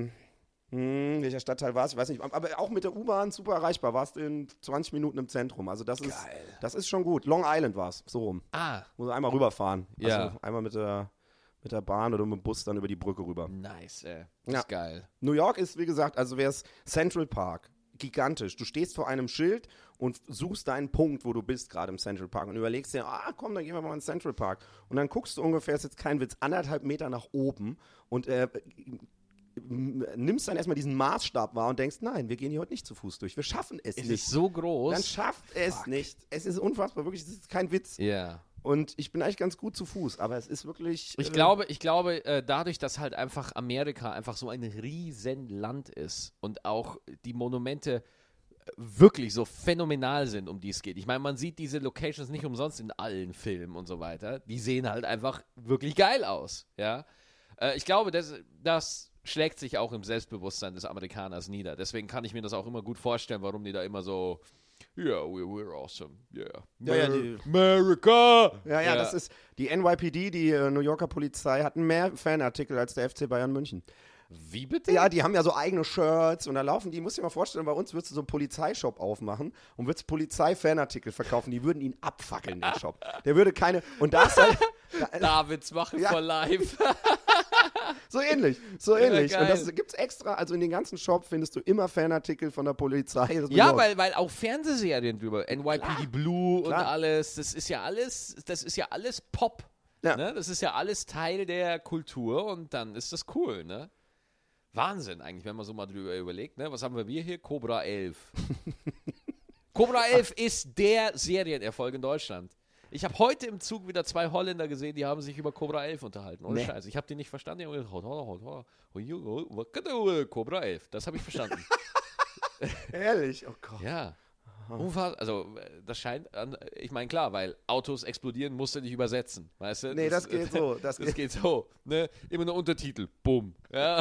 Speaker 2: welcher Stadtteil war es? Ich weiß nicht. Aber auch mit der U-Bahn super erreichbar. Warst in 20 Minuten im Zentrum. Also das ist schon gut. Long Island war es, so rum. Muss einmal rüberfahren. Also einmal mit der Bahn oder mit dem Bus dann über die Brücke rüber.
Speaker 1: Nice, ey. Das ist geil.
Speaker 2: New York ist, wie gesagt, also wäre es Central Park. Gigantisch. Du stehst vor einem Schild und suchst deinen Punkt, wo du bist, gerade im Central Park und überlegst dir, komm, dann gehen wir mal in den Central Park. Und dann guckst du ungefähr, ist jetzt kein Witz, 1,5 Meter nach oben und nimmst dann erstmal diesen Maßstab wahr und denkst, nein, wir gehen hier heute nicht zu Fuß durch. Wir schaffen es nicht.
Speaker 1: Es ist so groß.
Speaker 2: Dann schafft es nicht. Es ist unfassbar, wirklich, es ist kein Witz.
Speaker 1: Ja. Yeah.
Speaker 2: Und ich bin eigentlich ganz gut zu Fuß, aber es ist wirklich...
Speaker 1: Ich glaube, dadurch, dass halt einfach Amerika einfach so ein riesen Land ist und auch die Monumente wirklich so phänomenal sind, um die es geht. Ich meine, man sieht diese Locations nicht umsonst in allen Filmen und so weiter. Die sehen halt einfach wirklich geil aus, ja. Ich glaube, das schlägt sich auch im Selbstbewusstsein des Amerikaners nieder. Deswegen kann ich mir das auch immer gut vorstellen, warum die da immer so... Yeah, we're awesome. Yeah. America!
Speaker 2: Ja, das ist die NYPD, die New Yorker Polizei, hatten mehr Fanartikel als der FC Bayern München.
Speaker 1: Wie bitte?
Speaker 2: Ja, die haben ja so eigene Shirts und da laufen die, musst du dir mal vorstellen, bei uns würdest du so einen Polizeishop aufmachen und würdest Polizei-Fanartikel verkaufen, die würden ihn abfackeln, den Shop. Der würde keine, und da ist halt...
Speaker 1: Davids machen for life.
Speaker 2: So ähnlich.
Speaker 1: Ja,
Speaker 2: und das gibt's extra, also in den ganzen Shop findest du immer Fanartikel von der Polizei.
Speaker 1: Ja, weil auch Fernsehserien drüber, NYPD
Speaker 2: Klar.
Speaker 1: Blue und alles, das ist ja alles Pop.
Speaker 2: Ja.
Speaker 1: Ne? Das ist ja alles Teil der Kultur und dann ist das cool, ne? Wahnsinn eigentlich, wenn man so mal drüber überlegt, ne? Was haben wir hier? Cobra 11. Cobra 11 ist der Serienerfolg in Deutschland. Ich habe heute im Zug wieder 2 Holländer gesehen, die haben sich über Cobra 11 unterhalten. Ohne Scheiß. Ich habe die nicht verstanden. Die haben gesagt, Cobra 11. Das habe ich verstanden.
Speaker 2: Ehrlich? Oh Gott.
Speaker 1: Ja. Also, das scheint, ich meine, klar, weil Autos explodieren, musst du nicht übersetzen, weißt du?
Speaker 2: Nee, das geht so.
Speaker 1: Das geht so, ne? Immer nur Untertitel, bumm. Ja.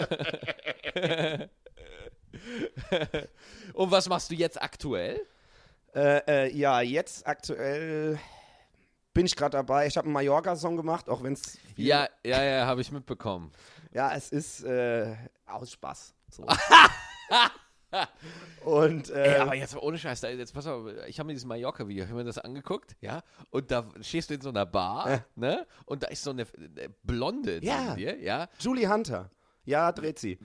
Speaker 1: Und was machst du jetzt aktuell?
Speaker 2: Jetzt aktuell bin ich gerade dabei. Ich habe einen Mallorca-Song gemacht, auch wenn es...
Speaker 1: Ja, habe ich mitbekommen.
Speaker 2: Ja, es ist aus Spaß. So. Und,
Speaker 1: Ey, aber jetzt ohne Scheiß, jetzt pass auf, ich habe mir dieses Mallorca-Video, ich habe mir das angeguckt, ja, und da stehst du in so einer Bar, ne, und da ist so eine Blonde neben dir, ja.
Speaker 2: Julie Hunter. Ja, dreht sie.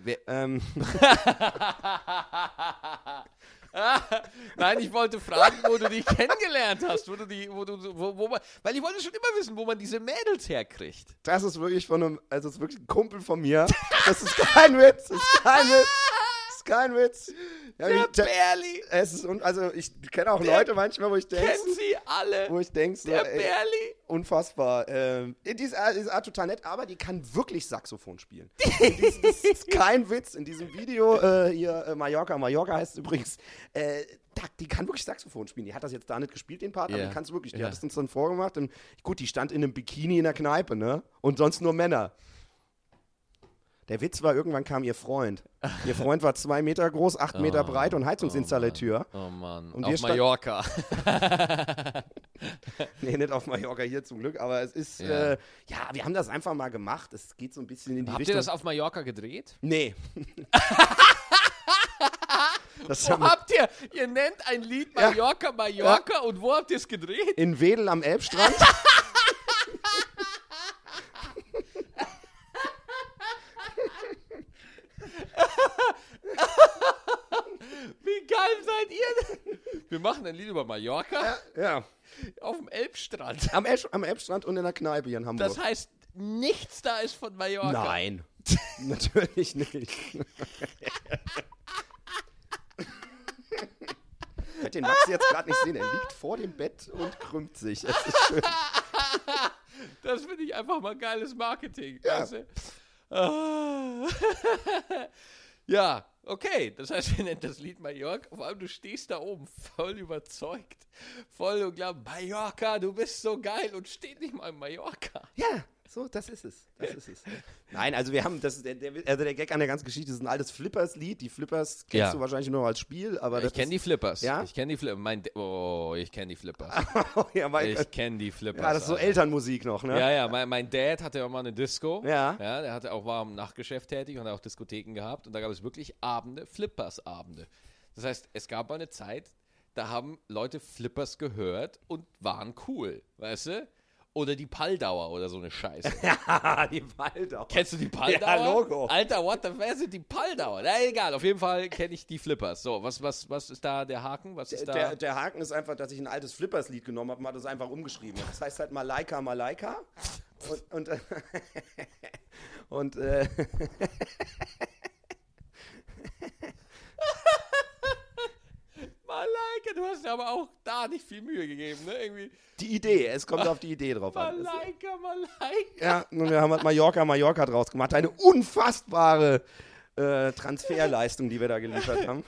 Speaker 1: Nein, ich wollte fragen, wo du die kennengelernt hast, weil ich wollte schon immer wissen, wo man diese Mädels herkriegt.
Speaker 2: Das ist wirklich also es ist wirklich ein Kumpel von mir. Das ist kein Witz, kein Witz. Ja,
Speaker 1: der Berli.
Speaker 2: Also ich kenne auch Leute manchmal, wo ich denke.
Speaker 1: Kennen sie alle.
Speaker 2: Wo ich denke, so,
Speaker 1: der Berli.
Speaker 2: Unfassbar. Die ist total nett, aber die kann wirklich Saxophon spielen. Das ist kein Witz. In diesem Video hier Mallorca heißt es übrigens, die kann wirklich Saxophon spielen. Die hat das jetzt da nicht gespielt, den Part, aber die kann es wirklich. Die hat es uns dann vorgemacht. Und gut, die stand in einem Bikini in der Kneipe, ne? Und sonst nur Männer. Der Witz war, irgendwann kam ihr Freund. Ihr Freund war 2 Meter groß, 8 Meter breit und Heizungsinstallateur.
Speaker 1: Oh Mann.
Speaker 2: Und
Speaker 1: auf Mallorca.
Speaker 2: Nee, nicht auf Mallorca hier zum Glück, aber es ist, wir haben das einfach mal gemacht. Es geht so ein bisschen in die Richtung.
Speaker 1: Habt ihr das auf Mallorca gedreht?
Speaker 2: Nee.
Speaker 1: Ihr nennt ein Lied Mallorca, und wo habt ihr es gedreht?
Speaker 2: In Wedel am Elbstrand.
Speaker 1: Wie geil seid ihr denn? Wir machen ein Lied über Mallorca.
Speaker 2: Ja.
Speaker 1: Auf dem Elbstrand.
Speaker 2: Am Elbstrand und in der Kneipe hier in Hamburg.
Speaker 1: Das heißt, nichts da ist von Mallorca.
Speaker 2: Nein. Natürlich nicht. Ich hätte den Max jetzt gerade nicht sehen. Er liegt vor dem Bett und krümmt sich. Das ist schön.
Speaker 1: Das finde ich einfach mal geiles Marketing.
Speaker 2: Ja.
Speaker 1: Weißt du? Ja, okay. Das heißt, wir nennen das Lied Mallorca. Vor allem, du stehst da oben voll überzeugt. Voll und glaubst, Mallorca, du bist so geil und steht nicht mal in Mallorca.
Speaker 2: Ja, so, das ist es. Nein, also wir haben, der Gag an der ganzen Geschichte ist ein altes Flippers-Lied. Die Flippers kennst du wahrscheinlich nur als Spiel, aber
Speaker 1: ich kenne die Flippers.
Speaker 2: Ja?
Speaker 1: Ich kenne die Flippers. Ich kenne die Flippers. Ich kenne die Flippers.
Speaker 2: Ja, das ist so Elternmusik noch, ne?
Speaker 1: Ja, mein Dad hatte ja mal eine Disco.
Speaker 2: Ja.
Speaker 1: Der war im Nachtgeschäft tätig und hat auch Diskotheken gehabt. Und da gab es wirklich Abende, Flippers-Abende. Das heißt, es gab mal eine Zeit, da haben Leute Flippers gehört und waren cool, weißt du? Oder die Palldauer oder so eine Scheiße.
Speaker 2: Ja, die Palldauer.
Speaker 1: Kennst du die Palldauer?
Speaker 2: Ja, Logo.
Speaker 1: Alter, wer sind die Palldauer? Na, egal, auf jeden Fall kenne ich die Flippers. So, was ist da der Haken? Was ist da?
Speaker 2: Der Haken ist einfach, dass ich ein altes Flippers-Lied genommen habe und hat das einfach umgeschrieben. Das heißt halt Malaika. Und
Speaker 1: Malaika, du hast dir aber auch da nicht viel Mühe gegeben, ne? Irgendwie.
Speaker 2: Die Idee, es kommt auf die Idee drauf an.
Speaker 1: Malaika.
Speaker 2: Ja, und wir haben halt Mallorca draus gemacht. Eine unfassbare Transferleistung, die wir da geliefert haben.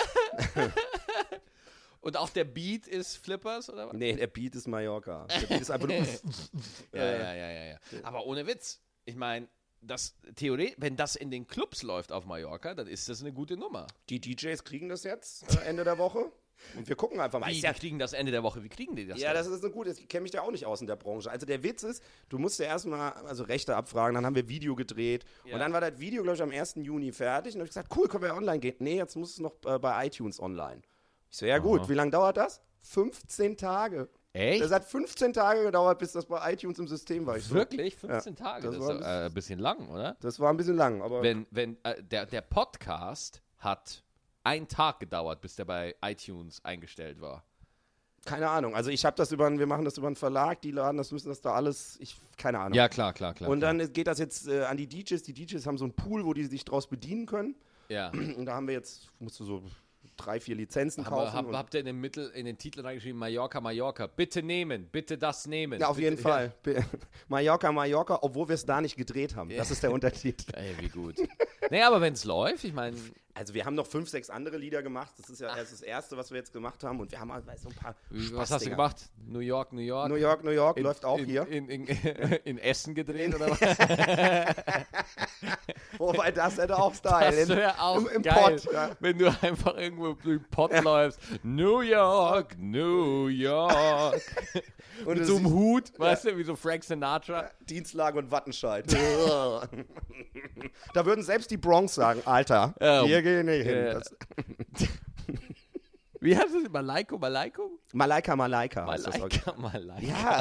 Speaker 1: Und auch der Beat ist Flippers, oder was?
Speaker 2: Nee, der Beat ist Mallorca. Der Beat ist einfach nur
Speaker 1: Ja. Aber ohne Witz. Ich meine, wenn das in den Clubs läuft auf Mallorca, dann ist das eine gute Nummer.
Speaker 2: Die DJs kriegen das jetzt Ende der Woche. Und wir gucken einfach mal.
Speaker 1: Die kriegen das Ende der Woche. Wie kriegen die das?
Speaker 2: Ja, das ist eine gute. Ich kenne mich da auch nicht aus in der Branche. Also der Witz ist, du musst ja erstmal Rechte abfragen, dann haben wir Video gedreht. Ja. Und dann war das Video, glaube ich, am 1. Juni fertig. Und dann habe ich gesagt, cool, können wir online gehen. Nee, jetzt muss es noch bei iTunes online. Ich so, ja gut, wie lange dauert das? 15 Tage.
Speaker 1: Echt?
Speaker 2: Das hat 15 Tage gedauert, bis das bei iTunes im System war.
Speaker 1: Wirklich? 15 Tage? Das ist ein bisschen lang, oder?
Speaker 2: Das war ein bisschen lang, aber...
Speaker 1: Der Podcast hat einen Tag gedauert, bis der bei iTunes eingestellt war.
Speaker 2: Keine Ahnung. Also wir machen das über einen Verlag, die laden das, müssen das da alles, keine Ahnung.
Speaker 1: Ja, klar.
Speaker 2: Und dann geht das jetzt an die DJs. Die DJs haben so einen Pool, wo die sich draus bedienen können.
Speaker 1: Ja.
Speaker 2: Und da haben wir jetzt, musst du so 3-4 Lizenzen kaufen.
Speaker 1: Habt ihr in den Titel reingeschrieben, Mallorca, bitte nehmen, bitte das nehmen.
Speaker 2: Ja, auf jeden Fall. Mallorca, obwohl wir es da nicht gedreht haben. Das ist der Untertitel.
Speaker 1: Ey, wie gut. Nee, aber wenn es läuft, ich meine...
Speaker 2: Also wir haben noch 5, 6 andere Lieder gemacht. Das ist ja erst das Erste, was wir jetzt gemacht haben. Und wir haben so ein paar
Speaker 1: Was hast du gemacht? New York.
Speaker 2: New York läuft auch hier.
Speaker 1: In Essen gedreht, oder was?
Speaker 2: Wobei, das hätte auch Style.
Speaker 1: Das wäre auch
Speaker 2: im
Speaker 1: geil,
Speaker 2: Pott, ja.
Speaker 1: wenn du einfach irgendwo im Pott läufst. New York. Und mit so einem Hut, weißt du, wie so Frank Sinatra.
Speaker 2: Dienstlagen und Wattenscheid. Da würden selbst die Bronx sagen, Alter, hier gehen nicht hin.
Speaker 1: Wie heißt das? Malaikum?
Speaker 2: Malaika.
Speaker 1: Malaika.
Speaker 2: Ja,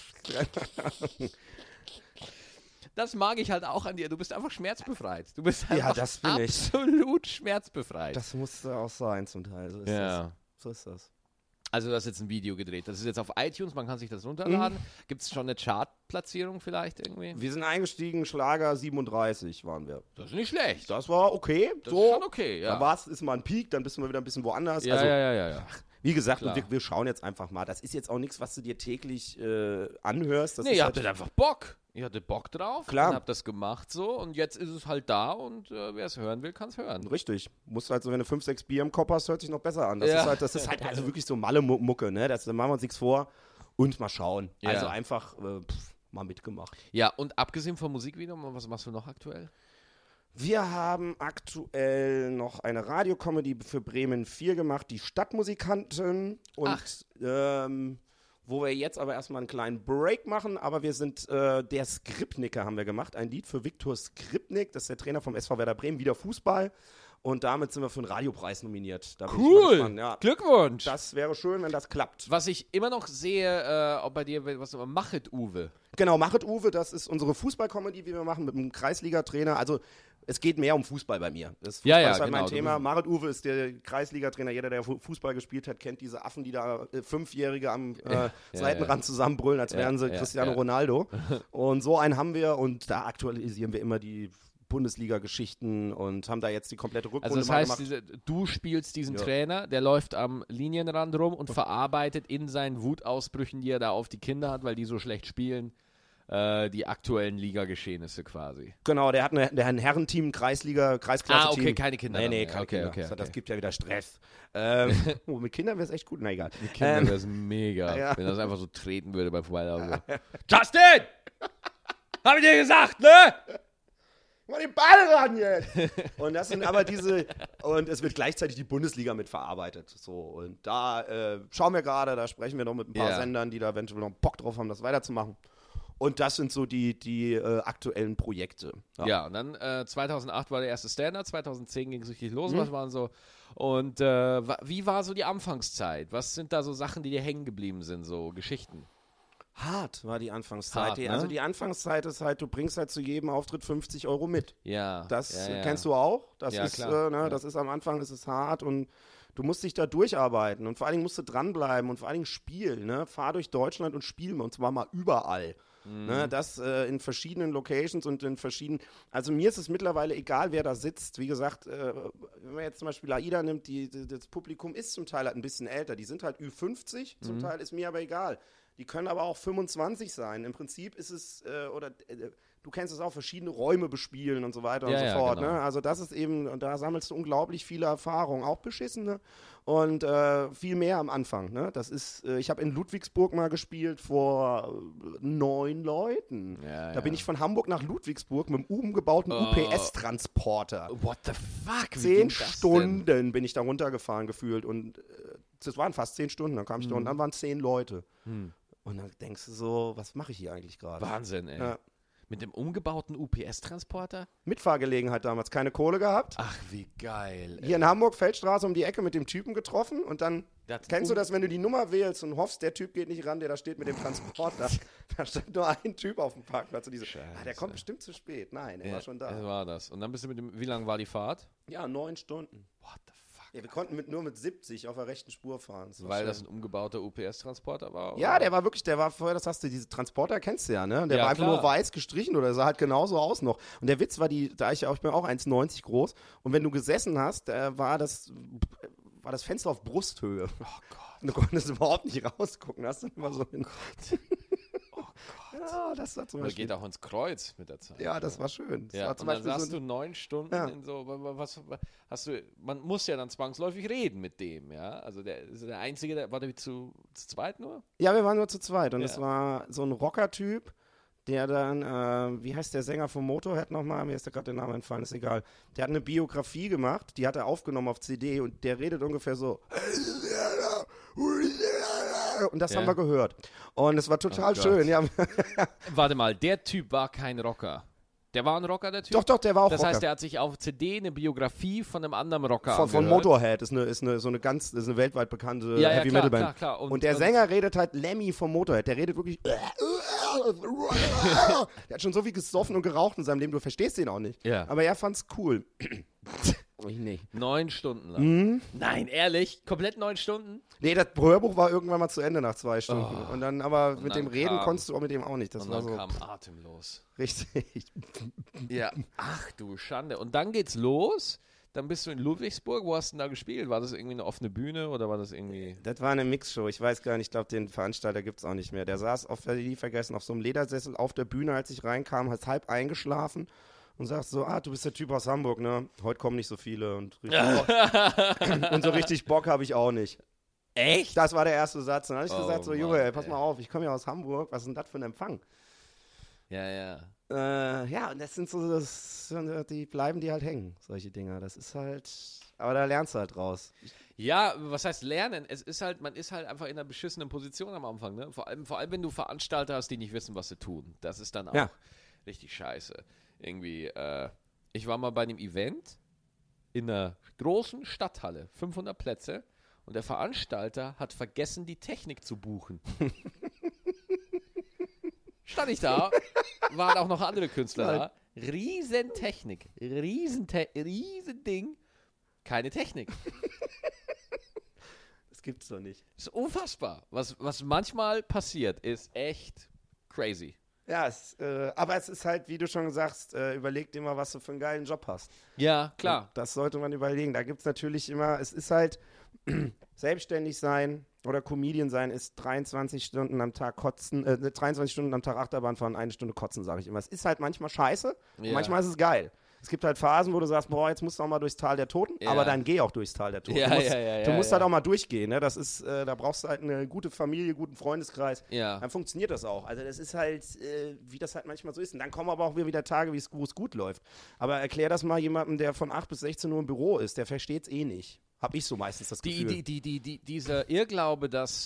Speaker 1: das mag ich halt auch an dir. Du bist einfach schmerzbefreit. Du bist einfach
Speaker 2: das bin ich.
Speaker 1: absolut schmerzbefreit.
Speaker 2: Das muss auch sein zum Teil. So ist das.
Speaker 1: Also du hast jetzt ein Video gedreht. Das ist jetzt auf iTunes, man kann sich das runterladen. Gibt es schon eine Chartplatzierung vielleicht irgendwie?
Speaker 2: Wir sind eingestiegen, Schlager 37 waren wir.
Speaker 1: Das ist nicht schlecht.
Speaker 2: Das war okay.
Speaker 1: Das ist schon okay, ja.
Speaker 2: Da ist mal ein Peak, dann bist du mal wieder ein bisschen woanders.
Speaker 1: Ja,
Speaker 2: also,
Speaker 1: ja.
Speaker 2: Wie gesagt, wir schauen jetzt einfach mal. Das ist jetzt auch nichts, was du dir täglich anhörst. Das
Speaker 1: ihr hattet einfach Bock. Ihr hattet Bock drauf.
Speaker 2: Klar.
Speaker 1: Und habt das gemacht so. Und jetzt ist es halt da und wer es hören will, kann es hören.
Speaker 2: Richtig. Musst halt so, wenn du 5, 6 Bier im Kopf hast, hört sich noch besser an. Das ist halt also wirklich so Malle-Mucke, ne? Da machen wir uns nichts vor und mal schauen.
Speaker 1: Ja.
Speaker 2: Also einfach mal mitgemacht.
Speaker 1: Ja, und abgesehen vom Musikvideo, was machst du noch aktuell?
Speaker 2: Wir haben aktuell noch eine Radiocomedy für Bremen 4 gemacht, die Stadtmusikanten. Und wo wir jetzt aber erstmal einen kleinen Break machen, aber wir sind der Skripniker haben wir gemacht, ein Lied für Viktor Skripnik, das ist der Trainer vom SV Werder Bremen, wieder Fußball. Und damit sind wir für einen Radiopreis nominiert. Da bin ich mal gespannt, ja.
Speaker 1: Glückwunsch!
Speaker 2: Das wäre schön, wenn das klappt.
Speaker 1: Was ich immer noch sehe, ob bei dir, Machet Uwe.
Speaker 2: Genau, Machet Uwe, das ist unsere Fußballkomödie, die wir machen mit einem Kreisliga-Trainer. Also es geht mehr um Fußball bei mir. Das Fußball ist halt mein Thema. Machet Uwe ist der Kreisliga-Trainer. Jeder, der Fußball gespielt hat, kennt diese Affen, die da Fünfjährige am Seitenrand zusammenbrüllen, als wären sie Cristiano Ronaldo. Und so einen haben wir und da aktualisieren wir immer die Bundesliga-Geschichten und haben da jetzt die komplette Rückrunde
Speaker 1: gemacht. Also das heißt, du spielst diesen Trainer, der läuft am Linienrand rum und verarbeitet in seinen Wutausbrüchen, die er da auf die Kinder hat, weil die so schlecht spielen, die aktuellen Liga-Geschehnisse quasi.
Speaker 2: Genau, der hat ein Herrenteam, Kreisklasse-Team.
Speaker 1: Okay, keine Kinder.
Speaker 2: Nee, keine Kinder. Okay. Das gibt ja wieder Stress. Mit Kindern wäre es echt gut, na egal.
Speaker 1: Mit Kindern wäre es mega, wenn das einfach so treten würde beim Vorbeilaufen. Justin! Hab ich dir gesagt, ne?
Speaker 2: Mal den Ball ran jetzt! Und das sind aber und es wird gleichzeitig die Bundesliga mit verarbeitet. So, und da schauen wir gerade, da sprechen wir noch mit ein paar Sendern, die da eventuell noch Bock drauf haben, das weiterzumachen. Und das sind so die aktuellen Projekte.
Speaker 1: Ja, und dann 2008 war der erste Stand-Up, 2010 ging es richtig los, was waren so, und wie war so die Anfangszeit? Was sind da so Sachen, die dir hängen geblieben sind, so Geschichten?
Speaker 2: Hart war die Anfangszeit.
Speaker 1: Hart, ne?
Speaker 2: Also die Anfangszeit ist halt, du bringst halt zu jedem Auftritt 50 € mit.
Speaker 1: Ja.
Speaker 2: Das kennst du auch. Das ist, das ist am Anfang, ist es hart und du musst dich da durcharbeiten und vor allen Dingen musst du dranbleiben und vor allen Dingen spielen. Ne? Fahr durch Deutschland und spiel und zwar mal überall. Ne? Das in verschiedenen Locations und in verschiedenen, also mir ist es mittlerweile egal, wer da sitzt. Wie gesagt, wenn man jetzt zum Beispiel AIDA nimmt, das Publikum ist zum Teil halt ein bisschen älter. Die sind halt Ü50, zum Teil ist mir aber egal. Die können aber auch 25 sein. Im Prinzip ist es, du kennst es auch, verschiedene Räume bespielen und so weiter und so fort.
Speaker 1: Genau.
Speaker 2: Ne? Also das ist eben, und da sammelst du unglaublich viele Erfahrungen, auch beschissene und viel mehr am Anfang. Ne? Das ist, ich habe in Ludwigsburg mal gespielt vor 9 Leuten. Da bin ich von Hamburg nach Ludwigsburg mit einem umgebauten UPS-Transporter.
Speaker 1: What the fuck?
Speaker 2: 10 Stunden bin ich da runtergefahren gefühlt und das waren fast 10 Stunden, dann kam ich da und dann waren 10 Leute. Und dann denkst du so, was mache ich hier eigentlich gerade?
Speaker 1: Wahnsinn, ey. Ja. Mit dem umgebauten UPS-Transporter?
Speaker 2: Mitfahrgelegenheit damals, keine Kohle gehabt.
Speaker 1: Ach, wie geil.
Speaker 2: Hier in Hamburg, Feldstraße um die Ecke mit dem Typen getroffen und dann, kennst du das, wenn du die Nummer wählst und hoffst, der Typ geht nicht ran, der da steht mit dem Transporter. Da stand nur ein Typ auf dem Parkplatz und der kommt bestimmt zu spät. Nein, er war schon da.
Speaker 1: Das war das. Und dann bist du wie lang war die Fahrt?
Speaker 2: Ja, 9 Stunden.
Speaker 1: What the fuck?
Speaker 2: Ja, wir konnten nur mit 70 auf der rechten Spur fahren.
Speaker 1: Weil das ein umgebauter UPS-Transporter war? Oder?
Speaker 2: Ja, der war vorher, das hast du, diese Transporter kennst du ja, ne? Der war einfach nur weiß gestrichen oder sah halt genauso aus noch. Und der Witz war, ich bin auch 1,90 groß und wenn du gesessen hast, war das Fenster auf Brusthöhe. Oh Gott. Und du konntest überhaupt nicht rausgucken. Hast du immer so hin. Ja, das war zum Beispiel.
Speaker 1: Geht auch ins Kreuz mit der Zeit.
Speaker 2: Ja, das war schön. Das war
Speaker 1: und dann saßt du 9 Stunden in so, man muss ja dann zwangsläufig reden mit dem, ja? Also der Einzige, war der zu zweit nur?
Speaker 2: Ja, wir waren nur zu zweit und es war so ein Rocker-Typ, der dann, wie heißt der Sänger vom Motorhead nochmal? Mir ist da gerade der Name entfallen, ist egal. Der hat eine Biografie gemacht, die hat er aufgenommen auf CD und der redet ungefähr so. Und das haben wir gehört. Und es war total schön. Ja.
Speaker 1: Warte mal, der Typ war kein Rocker. Der war ein Rocker, der Typ?
Speaker 2: Doch, der war auch
Speaker 1: Rocker. Das heißt, der hat sich auf CD eine Biografie von einem anderen Rocker angehört.
Speaker 2: Von Motorhead, ist eine weltweit bekannte Heavy-Metal-Band.
Speaker 1: Klar.
Speaker 2: Und der Sänger redet halt Lemmy vom Motorhead, der redet wirklich der hat schon so viel gesoffen und geraucht in seinem Leben, du verstehst den auch nicht.
Speaker 1: Ja.
Speaker 2: Aber er fand's cool.
Speaker 1: Ich nicht. 9 Stunden lang. Nein, ehrlich? Komplett 9 Stunden?
Speaker 2: Nee, das Hörbuch war irgendwann mal zu Ende nach 2 Stunden. Und dann aber mit dem Reden konntest du auch mit dem auch nicht. Das war so.
Speaker 1: Kam atemlos.
Speaker 2: Richtig.
Speaker 1: Ja. Ach du Schande. Und dann geht's los. Dann bist du in Ludwigsburg. Wo hast du denn da gespielt? War das irgendwie eine offene Bühne oder war das irgendwie...
Speaker 2: Das war eine Mixshow. Ich weiß gar nicht. Ich glaube, den Veranstalter gibt es auch nicht mehr. Der saß auf so einem Ledersessel auf der Bühne, als ich reinkam, hat halb eingeschlafen. Und sagst so, du bist der Typ aus Hamburg, ne? Heute kommen nicht so viele und so richtig Bock habe ich auch nicht.
Speaker 1: Echt?
Speaker 2: Das war der erste Satz. Und dann habe ich gesagt, so, Junge, pass mal auf, ich komme ja aus Hamburg, was ist denn das für ein Empfang?
Speaker 1: Ja.
Speaker 2: Ja, und das sind die bleiben dir halt hängen, solche Dinger. Das ist halt, aber da lernst du halt raus.
Speaker 1: Ja, was heißt lernen? Man ist halt einfach in einer beschissenen Position am Anfang, ne? Vor allem, wenn du Veranstalter hast, die nicht wissen, was sie tun. Das ist dann auch richtig scheiße. Irgendwie, ich war mal bei einem Event in einer großen Stadthalle, 500 Plätze, und der Veranstalter hat vergessen, die Technik zu buchen. Stand ich da, waren auch noch andere Künstler da. Riesentechnik, Riesending, keine Technik.
Speaker 2: Das gibt's doch nicht.
Speaker 1: Das ist unfassbar. Was manchmal passiert, ist echt crazy.
Speaker 2: Ja, aber es ist halt, wie du schon sagst, überleg dir mal, was du für einen geilen Job hast.
Speaker 1: Ja, klar.
Speaker 2: Und das sollte man überlegen. Da gibt es natürlich immer, es ist halt, selbstständig sein oder Comedian sein ist 23 Stunden am Tag kotzen, 23 Stunden am Tag Achterbahn fahren, 1 Stunde kotzen, sage ich immer. Es ist halt manchmal scheiße und manchmal ist es geil. Es gibt halt Phasen, wo du sagst, boah, jetzt musst du auch mal durchs Tal der Toten, aber dann geh auch durchs Tal der Toten. Du musst halt auch mal durchgehen, ne? Das ist, da brauchst du halt eine gute Familie, guten Freundeskreis.
Speaker 1: Ja.
Speaker 2: Dann funktioniert das auch. Also das ist halt, wie das halt manchmal so ist. Und dann kommen aber auch wieder Tage, wo es gut läuft. Aber erklär das mal jemandem, der von 8 bis 16 Uhr im Büro ist, der versteht es eh nicht. Hab ich so meistens das Gefühl.
Speaker 1: Dieser Irrglaube, dass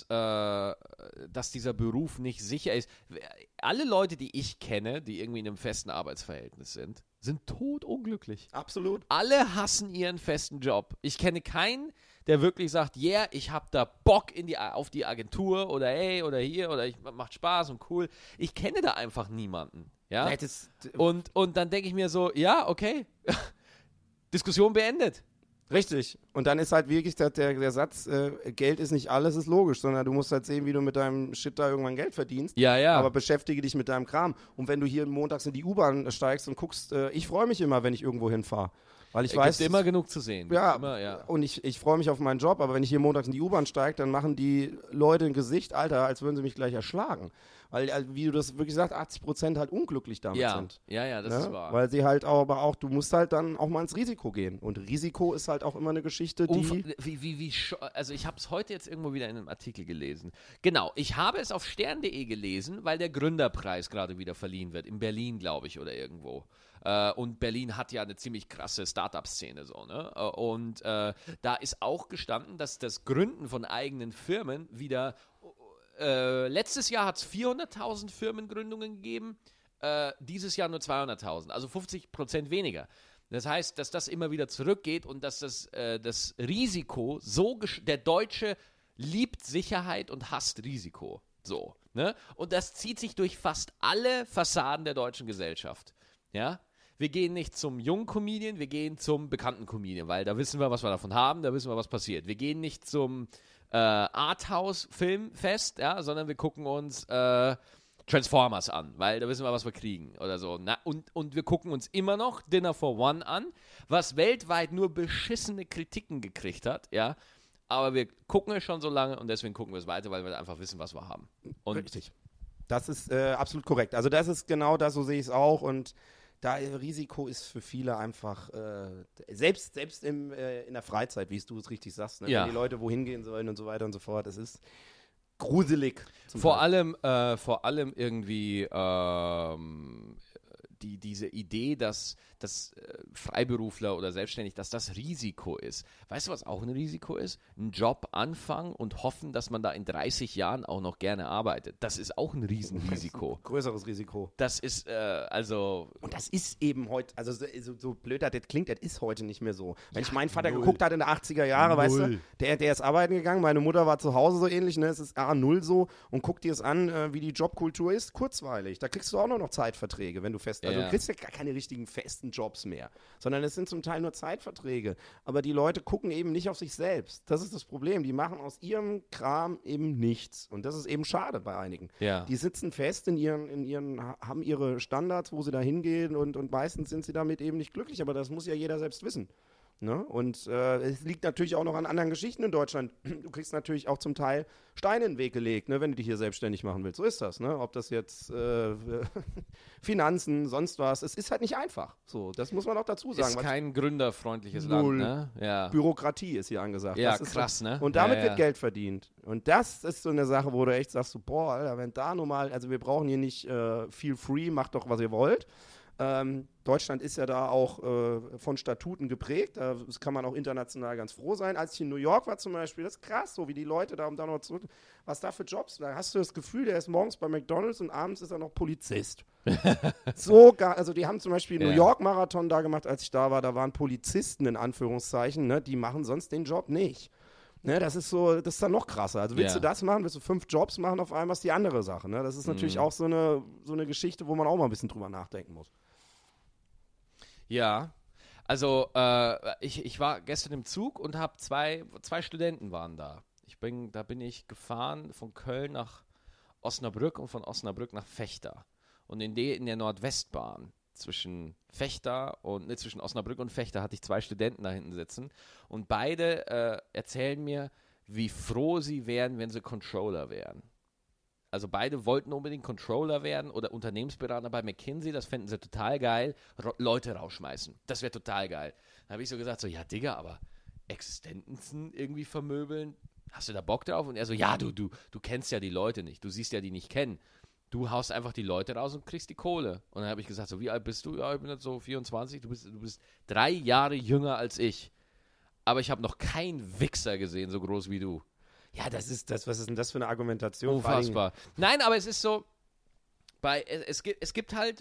Speaker 1: dieser Beruf nicht sicher ist. Alle Leute, die ich kenne, die irgendwie in einem festen Arbeitsverhältnis sind todunglücklich.
Speaker 2: Absolut.
Speaker 1: Alle hassen ihren festen Job. Ich kenne keinen, der wirklich sagt, ich hab da Bock auf die Agentur oder oder hier oder macht Spaß und cool. Ich kenne da einfach niemanden. Ja? Und dann denke ich mir so, ja, okay, Diskussion beendet.
Speaker 2: Richtig. Und dann ist halt wirklich der Satz, Geld ist nicht alles, ist logisch, sondern du musst halt sehen, wie du mit deinem Shit da irgendwann Geld verdienst.
Speaker 1: Ja.
Speaker 2: Aber beschäftige dich mit deinem Kram. Und wenn du hier montags in die U-Bahn steigst und guckst, ich freue mich immer, wenn ich irgendwo hinfahre. Weil ich weiß,
Speaker 1: gibt immer genug zu sehen.
Speaker 2: Ja. Und ich freue mich auf meinen Job, aber wenn ich hier montags in die U-Bahn steige, dann machen die Leute ein Gesicht, Alter, als würden sie mich gleich erschlagen. Weil, wie du das wirklich sagst, 80% halt unglücklich damit sind.
Speaker 1: Ja, das ist wahr.
Speaker 2: Weil sie halt aber auch, du musst halt dann auch mal ins Risiko gehen. Und Risiko ist halt auch immer eine Geschichte, die...
Speaker 1: Also ich habe es heute jetzt irgendwo wieder in einem Artikel gelesen. Genau, ich habe es auf stern.de gelesen, weil der Gründerpreis gerade wieder verliehen wird. In Berlin, glaube ich, oder irgendwo. Und Berlin hat ja eine ziemlich krasse Startup-Szene, so, ne? Und da ist auch gestanden, dass das Gründen von eigenen Firmen wieder... letztes Jahr hat es 400.000 Firmengründungen gegeben, dieses Jahr nur 200.000, also 50% weniger. Das heißt, dass das immer wieder zurückgeht und dass das Risiko der Deutsche liebt Sicherheit und hasst Risiko. So, ne? Und das zieht sich durch fast alle Fassaden der deutschen Gesellschaft. Ja? Wir gehen nicht zum jungen Comedian, wir gehen zum bekannten Comedian, weil da wissen wir, was wir davon haben, da wissen wir, was passiert. Wir gehen nicht zum Arthouse-Filmfest, ja, sondern wir gucken uns Transformers an, weil da wissen wir, was wir kriegen oder so. Und wir gucken uns immer noch Dinner for One an, was weltweit nur beschissene Kritiken gekriegt hat, ja. Aber wir gucken es schon so lange und deswegen gucken wir es weiter, weil wir einfach wissen, was wir haben. Und
Speaker 2: richtig. Das ist absolut korrekt. Also das ist genau das, so sehe ich es auch. Und da Risiko ist für viele einfach, selbst in der Freizeit, wie du es richtig sagst, ne?
Speaker 1: Ja.
Speaker 2: Wenn die Leute wohin gehen sollen und so weiter und so fort, das ist gruselig.
Speaker 1: Vor allem irgendwie diese Idee, dass Freiberufler oder selbstständig, dass das Risiko ist. Weißt du, was auch ein Risiko ist? Einen Job anfangen und hoffen, dass man da in 30 Jahren auch noch gerne arbeitet. Das ist auch ein Riesenrisiko.
Speaker 2: Größeres Risiko.
Speaker 1: Das ist,
Speaker 2: Und das ist eben heute, also so blöd das klingt, das ist heute nicht mehr so. Wenn ich meinen Vater geguckt hatte in den 80er Jahren, weißt du, der ist arbeiten gegangen, meine Mutter war zu Hause so ähnlich, ne, es ist A0 so und guck dir es an, wie die Jobkultur ist, kurzweilig. Da kriegst du auch noch Zeitverträge, wenn du also du kriegst ja gar keine richtigen festen Jobs mehr, sondern es sind zum Teil nur Zeitverträge. Aber die Leute gucken eben nicht auf sich selbst. Das ist das Problem. Die machen aus ihrem Kram eben nichts. Und das ist eben schade bei einigen.
Speaker 1: Ja.
Speaker 2: Die sitzen fest haben ihre Standards, wo sie da hingehen und meistens sind sie damit eben nicht glücklich. Aber das muss ja jeder selbst wissen. Ne? Und es liegt natürlich auch noch an anderen Geschichten in Deutschland. Du kriegst natürlich auch zum Teil Steine in den Weg gelegt, ne, wenn du dich hier selbstständig machen willst. So ist das. Ne? Ob das jetzt Finanzen, sonst was. Es ist halt nicht einfach. So, das muss man auch dazu sagen.
Speaker 1: Ist kein gründerfreundliches Land. Ne? Ja.
Speaker 2: Bürokratie ist hier angesagt.
Speaker 1: Ja,
Speaker 2: das ist
Speaker 1: krass, ne?
Speaker 2: Und damit wird Geld verdient. Und das ist so eine Sache, wo du echt sagst, so, boah, Alter, wenn da nun mal, also wir brauchen hier nicht feel free, macht doch, was ihr wollt. Deutschland ist ja da auch von Statuten geprägt, da kann man auch international ganz froh sein. Als ich in New York war zum Beispiel, das ist krass, so wie die Leute da, um da noch zurück, was da für Jobs, da hast du das Gefühl, der ist morgens bei McDonald's und abends ist er noch Polizist. Also die haben zum Beispiel New York Marathon da gemacht, als ich da war, da waren Polizisten in Anführungszeichen, ne, die machen sonst den Job nicht. Ne, das ist dann noch krasser. Also willst du das machen, willst du 5 Jobs machen, auf einmal ist die andere Sache. Ne? Das ist natürlich auch so eine Geschichte, wo man auch mal ein bisschen drüber nachdenken muss.
Speaker 1: Ja, also ich war gestern im Zug und habe zwei Studenten waren da. Da bin ich gefahren von Köln nach Osnabrück und von Osnabrück nach Vechta. Und in der Nordwestbahn zwischen Osnabrück und Vechta hatte ich 2 Studenten da hinten sitzen. Und beide erzählen mir, wie froh sie wären, wenn sie Controller wären. Also beide wollten unbedingt Controller werden oder Unternehmensberater bei McKinsey, das fänden sie total geil, Leute rausschmeißen, das wäre total geil. Dann habe ich so gesagt, so, ja Digga, aber Existenzen irgendwie vermöbeln, hast du da Bock drauf? Und er so, ja, du kennst ja die Leute nicht, du siehst ja die nicht kennen. Du haust einfach die Leute raus und kriegst die Kohle. Und dann habe ich gesagt, so, wie alt bist du? Ja, ich bin jetzt so 24, du bist 3 Jahre jünger als ich. Aber ich habe noch keinen Wichser gesehen, so groß wie du.
Speaker 2: Ja, was ist denn das für eine Argumentation?
Speaker 1: Unfassbar. Nein, aber es ist so, es gibt halt,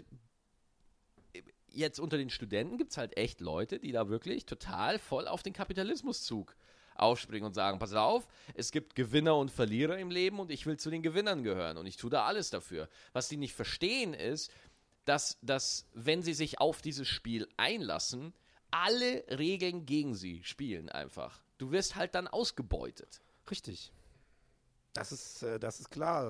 Speaker 1: jetzt unter den Studenten gibt es halt echt Leute, die da wirklich total voll auf den Kapitalismuszug aufspringen und sagen, pass auf, es gibt Gewinner und Verlierer im Leben und ich will zu den Gewinnern gehören und ich tue da alles dafür. Was die nicht verstehen ist, dass wenn sie sich auf dieses Spiel einlassen, alle Regeln gegen sie spielen einfach. Du wirst halt dann ausgebeutet.
Speaker 2: Richtig. Das ist klar.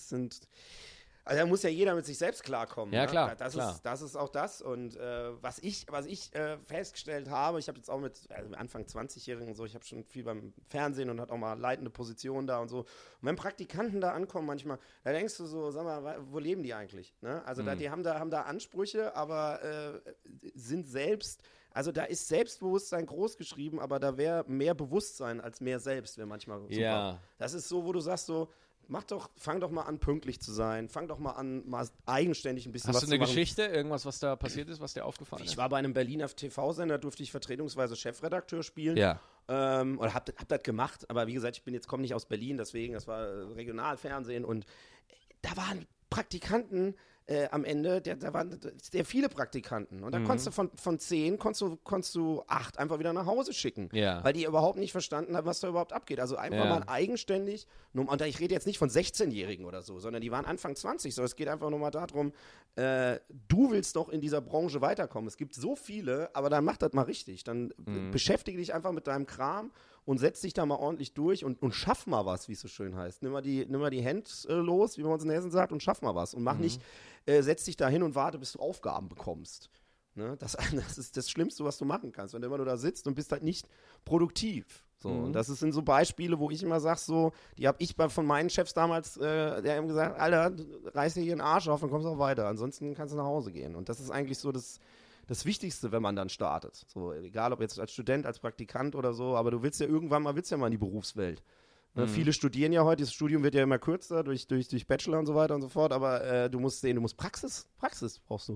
Speaker 2: Also da muss ja jeder mit sich selbst klarkommen.
Speaker 1: Ja,
Speaker 2: ne?
Speaker 1: klar.
Speaker 2: Das ist auch das. Und was ich festgestellt habe, ich habe jetzt auch mit Anfang 20-Jährigen und so, ich habe schon viel beim Fernsehen und hatte auch mal leitende Positionen da und so. Und wenn Praktikanten da ankommen manchmal, da denkst du so, sag mal, wo leben die eigentlich? Ne? Also die haben da Ansprüche, aber sind selbst... Also da ist Selbstbewusstsein groß geschrieben, aber da wäre mehr Bewusstsein als mehr Selbst, wäre manchmal super.
Speaker 1: Ja.
Speaker 2: Das ist so, wo du sagst so, fang doch mal an, pünktlich zu sein, fang doch mal an, mal eigenständig ein bisschen was zu machen.
Speaker 1: Hast du eine Geschichte, irgendwas, was da passiert ist, was dir aufgefallen ist?
Speaker 2: Ich war bei einem Berliner TV-Sender, durfte ich vertretungsweise Chefredakteur spielen.
Speaker 1: Ja.
Speaker 2: Oder hab das gemacht, aber wie gesagt, ich komme nicht aus Berlin, deswegen, das war Regionalfernsehen und da waren Praktikanten, am Ende, da waren sehr viele Praktikanten. Und da konntest du von 10, konntest du 8 einfach wieder nach Hause schicken.
Speaker 1: Ja.
Speaker 2: Weil die überhaupt nicht verstanden haben, was da überhaupt abgeht. Also einfach mal eigenständig, und ich rede jetzt nicht von 16-Jährigen oder so, sondern die waren Anfang 20. So, es geht einfach nur mal darum, du willst doch in dieser Branche weiterkommen. Es gibt so viele, aber dann mach das mal richtig. Dann beschäftige dich einfach mit deinem Kram und setz dich da mal ordentlich durch und schaff mal was, wie es so schön heißt. Nimm mal die Hände los, wie man uns in Hessen sagt, und schaff mal was. Und mach nicht, setz dich da hin und warte, bis du Aufgaben bekommst. Ne? Das ist das Schlimmste, was du machen kannst, wenn du immer nur da sitzt und bist halt nicht produktiv. So. Und das sind so Beispiele, wo ich immer sage, so, die habe ich von meinen Chefs damals, der haben gesagt, Alter, reiß dir hier den Arsch auf und kommst auch weiter. Ansonsten kannst du nach Hause gehen. Und das ist eigentlich so das Wichtigste, wenn man dann startet. So, egal ob jetzt als Student, als Praktikant oder so, aber du willst ja irgendwann mal in die Berufswelt. Viele studieren ja heute, das Studium wird ja immer kürzer durch Bachelor und so weiter und so fort, aber du musst sehen, Praxis brauchst du.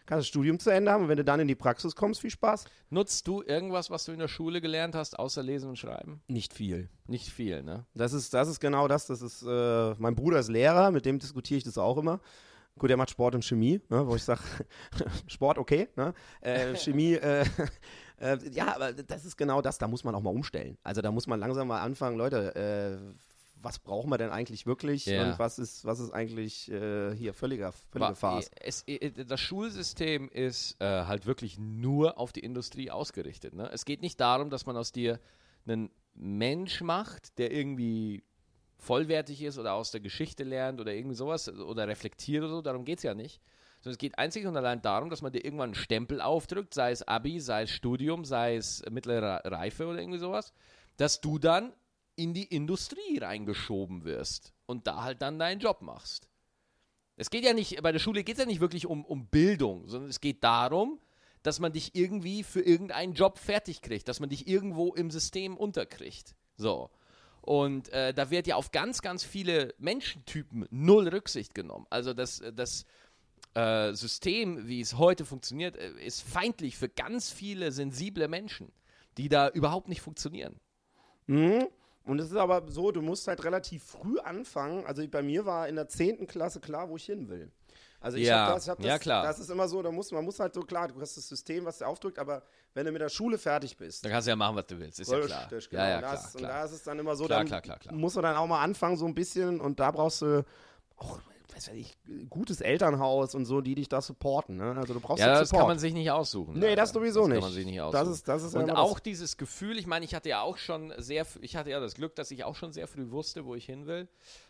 Speaker 2: kannst das Studium zu Ende haben und wenn du dann in die Praxis kommst, viel Spaß.
Speaker 1: Nutzt du irgendwas, was du in der Schule gelernt hast, außer Lesen und Schreiben?
Speaker 2: Nicht viel.
Speaker 1: Nicht viel, ne?
Speaker 2: Das ist genau das. Das ist, mein Bruder ist Lehrer, mit dem diskutiere ich das auch immer. Gut, er macht Sport und Chemie, ne, wo ich sage, Sport okay, ne? Chemie, ja, aber das ist genau das, da muss man auch mal umstellen. Also da muss man langsam mal anfangen, Leute, was brauchen wir denn eigentlich wirklich und was ist eigentlich hier völlige Farce.
Speaker 1: Das Schulsystem ist halt wirklich nur auf die Industrie ausgerichtet. Ne? Es geht nicht darum, dass man aus dir einen Mensch macht, der irgendwie vollwertig ist oder aus der Geschichte lernt oder irgendwie sowas oder reflektiert oder so, darum geht es ja nicht. Sondern es geht einzig und allein darum, dass man dir irgendwann einen Stempel aufdrückt, sei es Abi, sei es Studium, sei es mittlere Reife oder irgendwie sowas, dass du dann in die Industrie reingeschoben wirst und da halt dann deinen Job machst. Es geht ja nicht, bei der Schule geht es ja nicht wirklich um Bildung, sondern es geht darum, dass man dich irgendwie für irgendeinen Job fertig kriegt, dass man dich irgendwo im System unterkriegt. So. Und da wird ja auf ganz, ganz viele Menschentypen null Rücksicht genommen. Also das System, wie es heute funktioniert, ist feindlich für ganz viele sensible Menschen, die da überhaupt nicht funktionieren.
Speaker 2: Mhm. Und es ist aber so, du musst halt relativ früh anfangen. Also bei mir war in der 10. Klasse klar, wo ich hin will. Also ich hab das,
Speaker 1: klar.
Speaker 2: Das ist immer so, man muss halt so, klar, du hast das System, was dir aufdrückt, aber wenn du mit der Schule fertig bist.
Speaker 1: Dann kannst du ja machen, was du willst, ist ja klar.
Speaker 2: Genau.
Speaker 1: Ja,
Speaker 2: klar. Und da ist es dann immer so,
Speaker 1: klar.
Speaker 2: muss man dann auch mal anfangen so ein bisschen und da brauchst du auch, weiß ich, gutes Elternhaus und so, die dich da supporten. Ne? Also du brauchst
Speaker 1: das kann man sich nicht aussuchen.
Speaker 2: Nee, das sowieso nicht.
Speaker 1: Das kann man sich nicht aussuchen.
Speaker 2: Das ist
Speaker 1: und auch dieses Gefühl, ich meine, ich hatte ja das Glück, dass ich auch schon sehr früh wusste, wo ich hin will.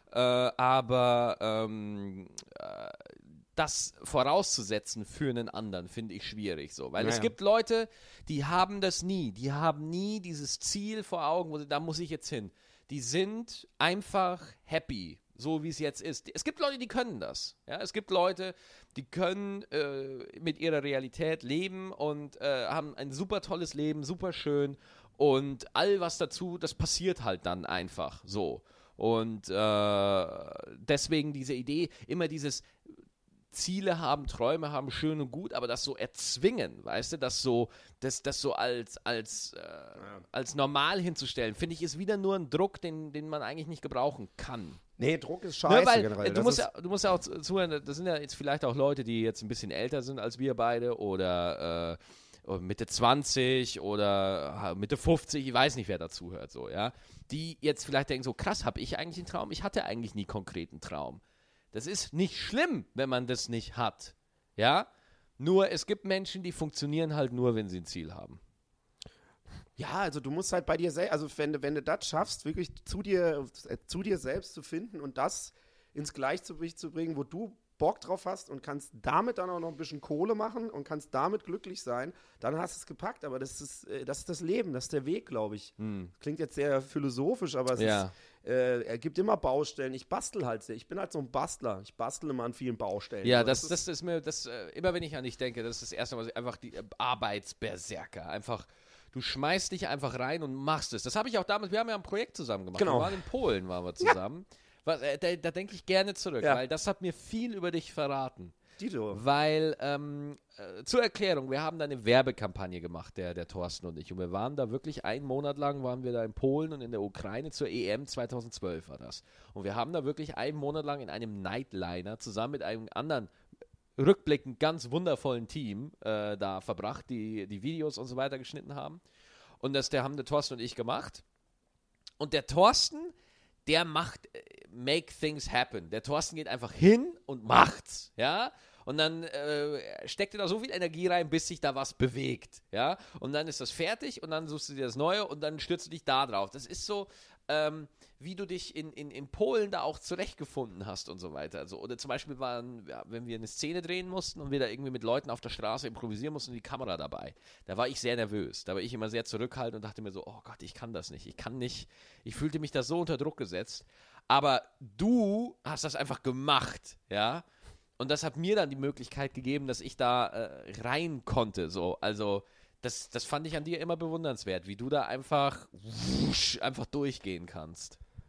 Speaker 1: Aber das vorauszusetzen für einen anderen, finde ich schwierig so. Weil es gibt Leute, die haben das nie. Die haben nie dieses Ziel vor Augen, da muss ich jetzt hin. Die sind einfach happy, so wie es jetzt ist. Es gibt Leute, die können das. Ja? Es gibt Leute, die können mit ihrer Realität leben und haben ein super tolles Leben, super schön. Und all was dazu, das passiert halt dann einfach so. Und deswegen diese Idee, immer dieses Ziele haben, Träume haben, schön und gut, aber das so erzwingen, weißt du, das so als normal hinzustellen, finde ich, ist wieder nur ein Druck, den man eigentlich nicht gebrauchen kann.
Speaker 2: Nee, Druck ist scheiße,
Speaker 1: weil,
Speaker 2: generell.
Speaker 1: Du musst ja auch zuhören, das sind ja jetzt vielleicht auch Leute, die jetzt ein bisschen älter sind als wir beide oder Mitte 20 oder Mitte 50, ich weiß nicht, wer dazu hört, so, ja, die jetzt vielleicht denken so, krass, habe ich eigentlich einen Traum? Ich hatte eigentlich nie konkreten Traum. Das ist nicht schlimm, wenn man das nicht hat, ja, nur es gibt Menschen, die funktionieren halt nur, wenn sie ein Ziel haben.
Speaker 2: Ja, also du musst halt bei dir selbst, also wenn du das schaffst, wirklich zu dir selbst zu finden und das ins Gleichgewicht zu bringen, wo du Bock drauf hast und kannst damit dann auch noch ein bisschen Kohle machen und kannst damit glücklich sein, dann hast du es gepackt. Aber das ist das Leben, das ist der Weg, glaube ich. Klingt jetzt sehr philosophisch, aber es ist, er gibt immer Baustellen. Ich bastel halt sehr. Ich bin halt so ein Bastler. Ich bastel immer an vielen Baustellen.
Speaker 1: Ja, das ist mir, immer wenn ich an dich denke, das ist das Erste, was ich einfach die Arbeitsberserker, einfach. Du schmeißt dich einfach rein und machst es. Das habe ich auch damals, wir haben ja ein Projekt zusammen gemacht.
Speaker 2: Genau.
Speaker 1: Wir waren in Polen, waren wir zusammen. Ja. Da denke ich gerne zurück, weil das hat mir viel über dich verraten.
Speaker 2: Dito.
Speaker 1: Weil, zur Erklärung, wir haben da eine Werbekampagne gemacht, der Thorsten und ich. Und wir waren da wirklich einen Monat lang, waren wir da in Polen und in der Ukraine zur EM 2012 war das. Und wir haben da wirklich einen Monat lang in einem Nightliner zusammen mit einem anderen rückblickend ganz wundervollen Team da verbracht, die Videos und so weiter geschnitten haben. Und haben der Thorsten und ich gemacht. Und der Thorsten, der macht make things happen. Der Thorsten geht einfach hin und macht's, ja. Und dann steckt er da so viel Energie rein, bis sich da was bewegt, ja. Und dann ist das fertig und dann suchst du dir das Neue und dann stürzt du dich da drauf. Das ist so, wie du dich in Polen da auch zurechtgefunden hast und so weiter. Also, oder zum Beispiel wenn wir eine Szene drehen mussten und wir da irgendwie mit Leuten auf der Straße improvisieren mussten und die Kamera dabei. Da war ich sehr nervös. Da war ich immer sehr zurückhaltend und dachte mir so, oh Gott, ich kann das nicht. Ich fühlte mich da so unter Druck gesetzt. Aber du hast das einfach gemacht, ja. Und das hat mir dann die Möglichkeit gegeben, dass ich da rein konnte, so. Also, das fand ich an dir immer bewundernswert, wie du da einfach durchgehen kannst.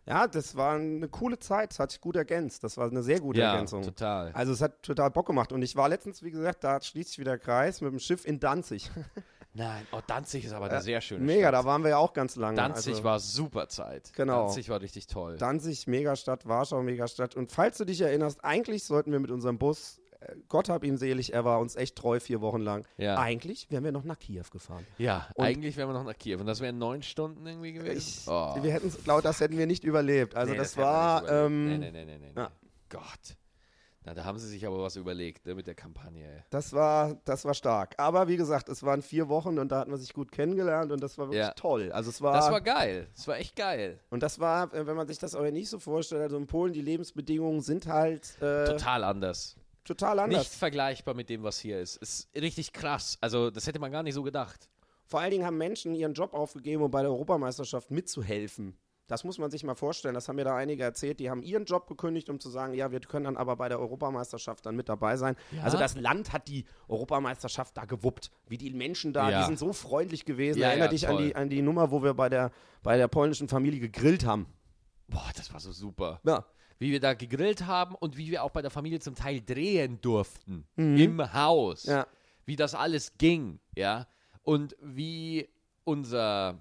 Speaker 2: Ja, das war eine coole Zeit, das hat sich gut ergänzt. Das war eine sehr gute Ergänzung.
Speaker 1: Ja, total.
Speaker 2: Also es hat total Bock gemacht. Und ich war letztens, wie gesagt, da schließt sich wieder der Kreis, mit dem Schiff in Danzig.
Speaker 1: Nein, Danzig ist aber eine sehr schöne
Speaker 2: Mega,
Speaker 1: Stadt.
Speaker 2: da waren wir ja auch ganz lange.
Speaker 1: Danzig war super Zeit.
Speaker 2: Genau.
Speaker 1: Danzig war richtig toll.
Speaker 2: Danzig, Megastadt, Warschau, Megastadt. Und falls du dich erinnerst, eigentlich sollten wir mit unserem Bus, Gott hab ihn selig, er war uns echt treu 4 Wochen lang.
Speaker 1: Ja.
Speaker 2: Eigentlich wären wir noch nach Kiew gefahren.
Speaker 1: Ja,
Speaker 2: Und
Speaker 1: eigentlich wären wir noch nach Kiew. Und das wären 9 Stunden irgendwie gewesen.
Speaker 2: Wir hätten, glaube das hätten wir nicht überlebt. Also
Speaker 1: Nee,
Speaker 2: das
Speaker 1: hätten wir
Speaker 2: war,
Speaker 1: nicht überlebt. Nee.
Speaker 2: ja.
Speaker 1: Gott. Na, da haben sie sich aber was überlegt, ne, mit der Kampagne.
Speaker 2: das war stark. Aber wie gesagt, es waren 4 Wochen und da hat man sich gut kennengelernt und das war wirklich toll. Also es war,
Speaker 1: Das war geil. Das war echt geil.
Speaker 2: und das war, wenn man sich das aber nicht so vorstellt, also in Polen, die Lebensbedingungen sind halt
Speaker 1: Total anders.
Speaker 2: total anders.
Speaker 1: Nicht vergleichbar mit dem, was hier ist. Ist richtig krass. Also, das hätte man gar nicht so gedacht.
Speaker 2: Vor allen Dingen haben Menschen ihren Job aufgegeben, um bei der Europameisterschaft mitzuhelfen. Das muss man sich mal vorstellen. Das haben mir da einige erzählt. Die haben ihren Job gekündigt, um zu sagen, ja, wir können dann aber bei der Europameisterschaft dann mit dabei sein.
Speaker 1: Ja?
Speaker 2: Also das Land hat die Europameisterschaft da gewuppt. Wie die Menschen da, die sind so freundlich gewesen.
Speaker 1: Ja,
Speaker 2: Erinner dich
Speaker 1: toll.
Speaker 2: an die Nummer, wo wir bei der polnischen Familie gegrillt haben.
Speaker 1: Boah, das war so super.
Speaker 2: Ja.
Speaker 1: Wie wir da gegrillt haben und wie wir auch bei der Familie zum Teil drehen durften. Im Haus.
Speaker 2: Ja.
Speaker 1: Wie das alles ging, ja. Und wie unser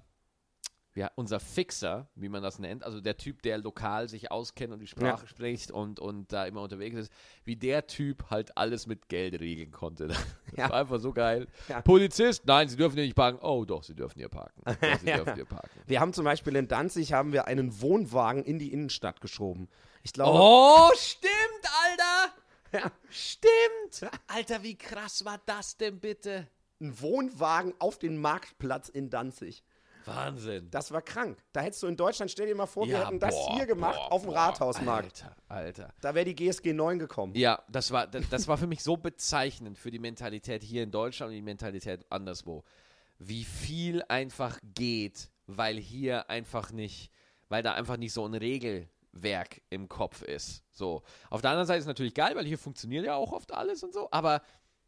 Speaker 1: Fixer, wie man das nennt, also der Typ, der lokal sich auskennt und die Sprache spricht und da immer unterwegs ist, wie der Typ halt alles mit Geld regeln konnte. Das war einfach so geil.
Speaker 2: Ja.
Speaker 1: Polizist, nein, Sie dürfen hier nicht parken. Oh doch, Sie dürfen hier parken. Doch, Sie dürfen hier parken.
Speaker 2: Wir haben zum Beispiel in Danzig einen Wohnwagen in die Innenstadt geschoben. Ich glaube,
Speaker 1: Oh, stimmt, Alter!
Speaker 2: Ja.
Speaker 1: Stimmt! Alter, wie krass war das denn bitte?
Speaker 2: ein Wohnwagen auf den Marktplatz in Danzig.
Speaker 1: Wahnsinn.
Speaker 2: Das war krank. Da hättest du in Deutschland, stell dir mal vor, wir hätten das hier gemacht auf dem Rathausmarkt.
Speaker 1: Alter.
Speaker 2: Da wäre die GSG 9 gekommen.
Speaker 1: Ja, das war für mich so bezeichnend für die Mentalität hier in Deutschland und die Mentalität anderswo. Wie viel einfach geht, weil da einfach nicht so ein Regelwerk im Kopf ist. So. Auf der anderen Seite ist es natürlich geil, weil hier funktioniert ja auch oft alles und so, aber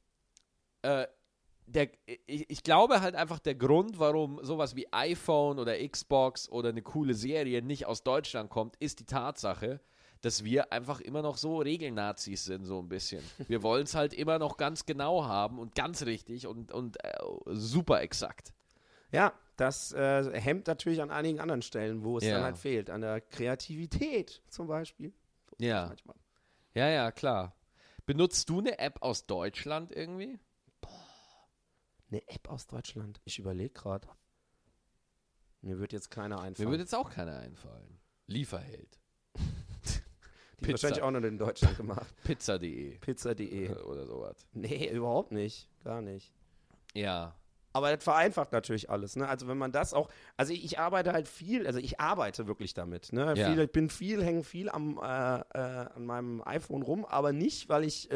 Speaker 1: ich glaube halt einfach, der Grund, warum sowas wie iPhone oder Xbox oder eine coole Serie nicht aus Deutschland kommt, ist die Tatsache, dass wir einfach immer noch so Regelnazis sind, so ein bisschen. Wir wollen es halt immer noch ganz genau haben und ganz richtig und super exakt.
Speaker 2: Ja, das hemmt natürlich an einigen anderen Stellen, wo es
Speaker 1: Ja.
Speaker 2: dann halt fehlt. An der Kreativität zum Beispiel. So
Speaker 1: Ja.
Speaker 2: manchmal.
Speaker 1: Ja, klar. Benutzt du eine App aus Deutschland irgendwie?
Speaker 2: Eine App aus Deutschland. Ich überlege gerade. Mir wird jetzt keiner
Speaker 1: Mir
Speaker 2: einfallen.
Speaker 1: würde jetzt auch keiner einfallen. Lieferheld.
Speaker 2: Die ist wahrscheinlich auch noch in Deutschland gemacht.
Speaker 1: Pizza.de
Speaker 2: Pizza.de.
Speaker 1: oder sowas.
Speaker 2: Nee, überhaupt nicht. Gar nicht.
Speaker 1: Ja.
Speaker 2: Aber das vereinfacht natürlich alles, ne? Also wenn man das auch, also ich arbeite halt viel, also ich arbeite wirklich damit, ne?
Speaker 1: Ja.
Speaker 2: Hänge viel an meinem iPhone rum, aber nicht, weil ich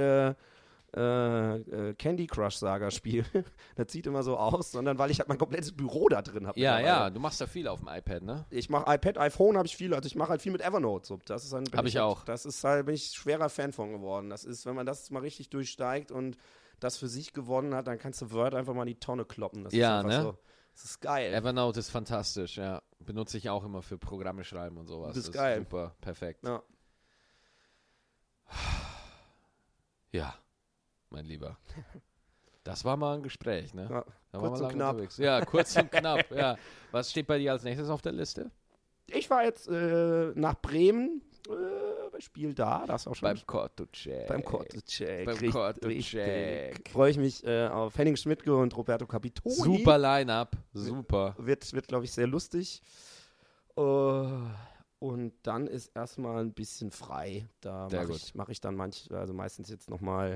Speaker 2: Candy Crush Saga spiele. Das sieht immer so aus, sondern weil ich halt mein komplettes Büro da drin habe.
Speaker 1: Ja, du machst da viel auf dem iPad, ne?
Speaker 2: Ich mache iPad, iPhone habe ich viel, also ich mache halt viel mit Evernote. So. Das ist
Speaker 1: Hab ich auch.
Speaker 2: Das ist halt, bin ich schwerer Fan von geworden. Das ist, wenn man das mal richtig durchsteigt und das für sich gewonnen hat, dann kannst du Word einfach mal in die Tonne kloppen. Das
Speaker 1: Ja,
Speaker 2: ist einfach
Speaker 1: ne?
Speaker 2: so. Das ist geil.
Speaker 1: Evernote ist fantastisch, ja. Benutze ich auch immer für Programme schreiben und sowas.
Speaker 2: Das ist geil.
Speaker 1: Super, perfekt.
Speaker 2: Ja.
Speaker 1: Ja, mein Lieber. Das war mal ein Gespräch, ne?
Speaker 2: Ja,
Speaker 1: Da
Speaker 2: kurz
Speaker 1: waren wir
Speaker 2: und
Speaker 1: lange
Speaker 2: knapp.
Speaker 1: unterwegs. Ja, kurz und knapp, ja. Was steht bei dir als nächstes auf der Liste?
Speaker 2: Ich war jetzt nach Bremen, Spiel da, das auch schon.
Speaker 1: Beim Kortucek.
Speaker 2: Beim Kortucek.
Speaker 1: Beim Kortucek.
Speaker 2: Freue ich mich auf Henning Schmidtke und Roberto Capitoni.
Speaker 1: Super Line-Up, super.
Speaker 2: Wird glaube ich, sehr lustig. Und dann ist erstmal ein bisschen frei. Da mache ich dann meistens jetzt nochmal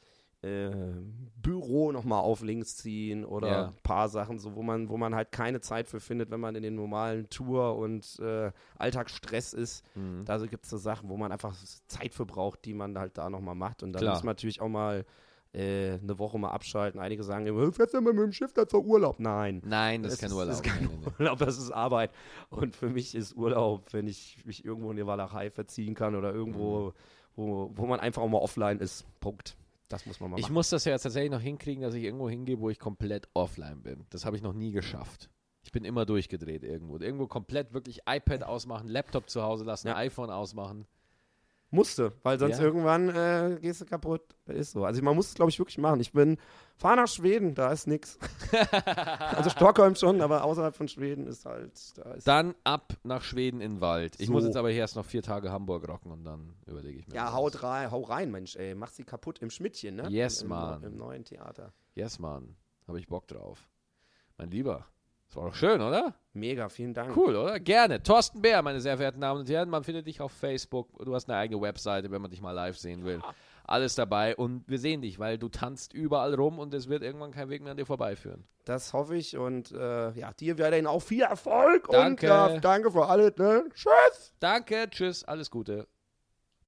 Speaker 2: Büro nochmal auf links ziehen oder ein paar Sachen, so wo man halt keine Zeit für findet, wenn man in den normalen Tour- und Alltagsstress ist.
Speaker 1: Mhm.
Speaker 2: Da gibt es so Sachen, wo man einfach Zeit für braucht, die man halt da nochmal macht. Und dann
Speaker 1: Klar.
Speaker 2: muss man natürlich auch mal eine Woche mal abschalten. Einige sagen immer, fährst du mal mit dem Schiff, das ist doch Urlaub. Nein.
Speaker 1: Nein, das ist kein Urlaub.
Speaker 2: Das ist kein Urlaub, das ist Arbeit. Und für mich ist Urlaub, wenn ich mich irgendwo in die Walachei verziehen kann oder irgendwo, wo man einfach auch mal offline ist. Punkt. Das muss man mal machen.
Speaker 1: Ich muss das ja jetzt tatsächlich noch hinkriegen, dass ich irgendwo hingehe, wo ich komplett offline bin. Das habe ich noch nie geschafft. Ich bin immer durchgedreht irgendwo. Irgendwo komplett wirklich iPad ausmachen, Laptop zu Hause lassen, iPhone ausmachen.
Speaker 2: Musste, weil sonst irgendwann gehst du kaputt. Das ist so. Also man muss es, glaube ich, wirklich machen. Fahr nach Schweden, da ist nix. Also Stockholm schon, aber außerhalb von Schweden ist halt...
Speaker 1: Dann ab nach Schweden in den Wald. Ich muss jetzt aber hier erst noch 4 Tage Hamburg rocken und dann überlege ich mir.
Speaker 2: Ja, hau rein, Mensch, ey. Mach sie kaputt im Schmidtchen, ne?
Speaker 1: Yes, Mann.
Speaker 2: Im neuen Theater.
Speaker 1: Yes, Mann. Habe ich Bock drauf. Mein Lieber. Das war doch schön, oder?
Speaker 2: Mega, vielen Dank.
Speaker 1: Cool, oder? Gerne. Thorsten Bär, meine sehr verehrten Damen und Herren. Man findet dich auf Facebook. Du hast eine eigene Webseite, wenn man dich mal live sehen will. Alles dabei. Und wir sehen dich, weil du tanzt überall rum und es wird irgendwann kein Weg mehr an dir vorbeiführen.
Speaker 2: Das hoffe ich. Und dir weiterhin auch viel Erfolg.
Speaker 1: Danke.
Speaker 2: Und danke für alles. Ne? Tschüss.
Speaker 1: Danke. Tschüss. Alles Gute.